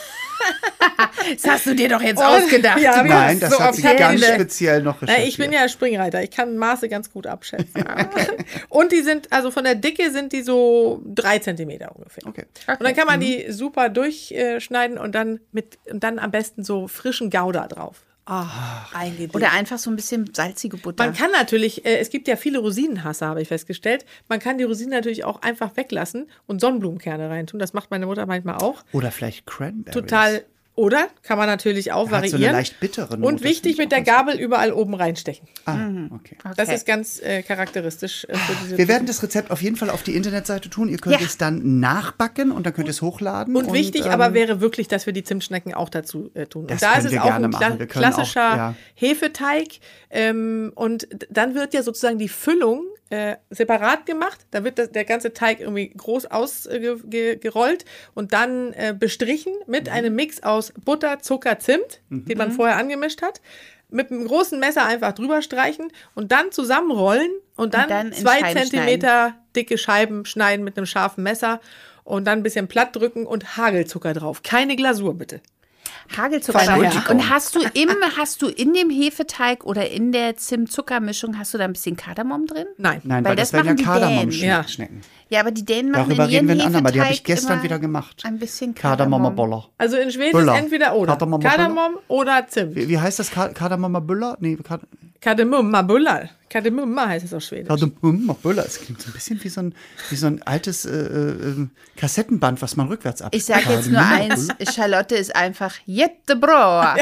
Das hast du dir doch jetzt Oh, ausgedacht. ja, hab ich Nein, so das hat auf sich die ganz Hände. speziell noch Na, recherchiert. ich bin ja Springreiter. Ich kann Maße ganz gut abschätzen. Und die sind, also von der Dicke sind die so drei Zentimeter ungefähr. Okay. Und dann kann man die super durchschneiden und dann mit und dann am besten so frischen Gouda drauf. Ach, eingedickt. Oder einfach so ein bisschen salzige Butter. Man kann natürlich, äh, es gibt ja viele Rosinenhasser, habe ich festgestellt. Man kann die Rosinen natürlich auch einfach weglassen und Sonnenblumenkerne reintun. Das macht meine Mutter manchmal auch. Oder vielleicht Cranberries. Total. Oder kann man natürlich auch Hat so eine variieren. leicht bittere Note. Und wichtig, mit der Gabel überall oben reinstechen. Ah, okay. Das Okay. ist ganz äh, charakteristisch äh, für diese Wir werden das Rezept auf jeden Fall auf die Internetseite tun. Ihr könnt Ja. es dann nachbacken und dann könnt ihr es hochladen. Und wichtig ähm, aber wäre wirklich, dass wir die Zimtschnecken auch dazu äh, tun. Das Und da ist können es wir auch gerne ein machen. kla Wir können auch, klassischer ja. Hefeteig. Ähm, und d- dann wird ja sozusagen die Füllung äh, separat gemacht. Da wird das, der ganze Teig irgendwie groß ausgerollt und dann äh, bestrichen mit Mhm. einem Mix aus Butter, Zucker, Zimt, den man vorher angemischt hat. Mit einem großen Messer einfach drüber streichen und dann zusammenrollen und dann, dann in zwei Scheiben Zentimeter dicke Scheiben schneiden mit einem scharfen Messer und dann ein bisschen platt drücken und Hagelzucker drauf. Keine Glasur, bitte. Hagelzucker. Feiner drauf. Herr. Und hast du im, hast du in dem Hefeteig oder in der Zimt-Zucker-Mischung, hast du da ein bisschen Kardamom drin? Nein. Nein, Weil weil das, das wären ja machen die Dänen. Ja. Kardamom-Schnecken. Ja, aber die Dänen machen Darüber in ihren reden wir ein andermal. Die habe ich Hefeteig gestern immer wieder gemacht. Ein bisschen Kardamom. Kardamomer-Boller. Also in Schweden Böller. ist entweder oder. Kardamom- Kardamom oder Zimt. Wie, wie heißt das? Ka- Kardamomer-Büller? Nee, Kard Kardemumma Bullar. Kardemumma heißt es auf Schwedisch. Kardamomer-Büller. Es klingt so ein bisschen wie so ein, wie so ein altes äh, äh, Kassettenband, was man rückwärts ab. Ich sage jetzt nur eins, Charlotte ist einfach jättebra.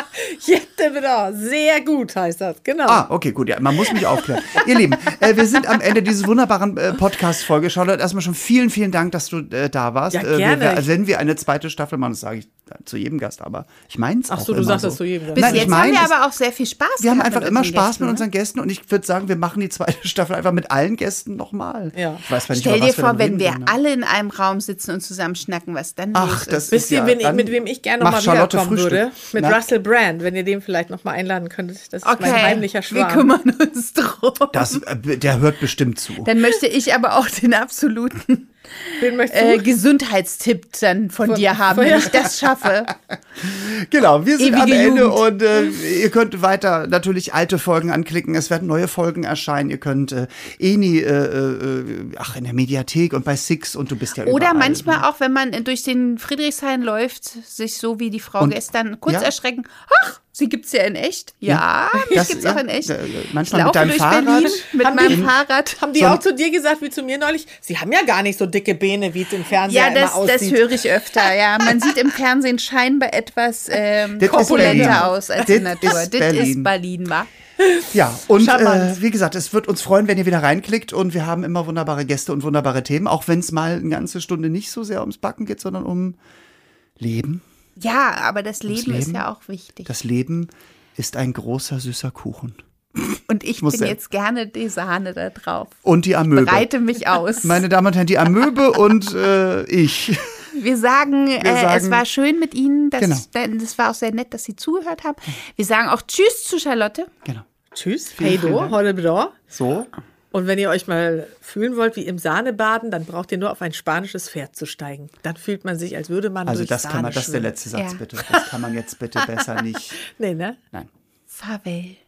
Jättebra. Sehr gut heißt das. Genau. Ah, okay, gut, ja, man muss mich aufklären. Ihr Lieben, äh, wir sind am Ende dieses wunderbaren äh, Podcast-Folge. Charlotte, erstmal schon vielen, vielen Dank, dass du äh, da warst. Ja, Äh, gerne. wir, wir, wenn wir eine zweite Staffel machen, das sage ich zu jedem Gast, aber ich meine es auch Ach so, du immer sagst so. das zu jedem Gast. Bis Nein, ich jetzt mein, haben wir es- aber auch sehr viel Spaß Wir haben gehabt einfach mit immer unseren Spaß Gästen, mit ne? unseren Gästen und ich würde sagen, wir machen die zweite Staffel einfach mit allen Gästen nochmal. Ja. Ich weiß zwar nicht, Stell über dir was wir vor, dann wenn reden wir werden, ne? alle in einem Raum sitzen und zusammen schnacken, was dann Ach, los das ist. Wisst ist ihr, ja, wen ich, dann mit wem ich gerne macht nochmal Charlotte wiederkommen Frühstück. würde? Mit Na? Russell Brand, wenn ihr den vielleicht nochmal einladen könntet. Das ist Okay, mein heimlicher wir Schwarm. kümmern uns drum. Das, äh, der hört bestimmt zu. Dann möchte ich aber auch den absoluten Den möchtest du? äh, Gesundheitstipp dann von, Von- dir haben, von- wenn ich das schaffe. Genau, wir sind Ewige am Ende Jugend. und äh, ihr könnt weiter natürlich alte Folgen anklicken. Es werden neue Folgen erscheinen. Ihr könnt äh, Eni, äh, äh, ach, in der Mediathek und bei Six und du bist ja Oder überall. manchmal auch, wenn man durch den Friedrichshain läuft, sich so wie die Frau Und- gestern kurz ja. erschrecken. Ach, sie gibt's ja in echt. Ja, mich Das- gibt's ja, auch in echt. äh, Ich manchmal mit laufe deinem durch Fahrrad. Berlin mit Haben meinem die- Fahrrad. Haben die So- auch zu dir gesagt, wie zu mir neulich? Sie haben ja gar nicht so dicke Beine, wie es im Fernseher Ja, immer das, das aussieht. höre ich öfter. Ja, man sieht im Fernsehen scheinbar etwas ähm, Das ist Berlin. korpulenter aus als in Das Natur. ist Das Berlin. ist Berlin, wa? Ja, und Charmant. äh, wie gesagt, es wird uns freuen, wenn ihr wieder reinklickt und wir haben immer wunderbare Gäste und wunderbare Themen, auch wenn es mal eine ganze Stunde nicht so sehr ums Backen geht, sondern um Leben. Ja, aber das Leben, ist Leben? ja auch wichtig. Das Leben ist ein großer, süßer Kuchen. Und ich muss bin sein. jetzt gerne die Sahne da drauf. Und die Amöbe. Breite mich aus. Meine Damen und Herren, die Amöbe und äh, ich. Wir sagen, äh, sagen- es war schön mit Ihnen. Das, Genau. das war auch sehr nett, dass Sie zugehört haben. Wir sagen auch Tschüss zu Charlotte. Genau. Tschüss, vielen Heido, Dank. heute bra. So. Und wenn ihr euch mal fühlen wollt wie im Sahnebaden, dann braucht ihr nur auf ein spanisches Pferd zu steigen. Dann fühlt man sich, als würde man Also durch das Sahne kann man, das ist der schwimmen. letzte Satz Ja. bitte. Das kann man jetzt bitte besser nicht. Nee, ne? Nein. Farewell.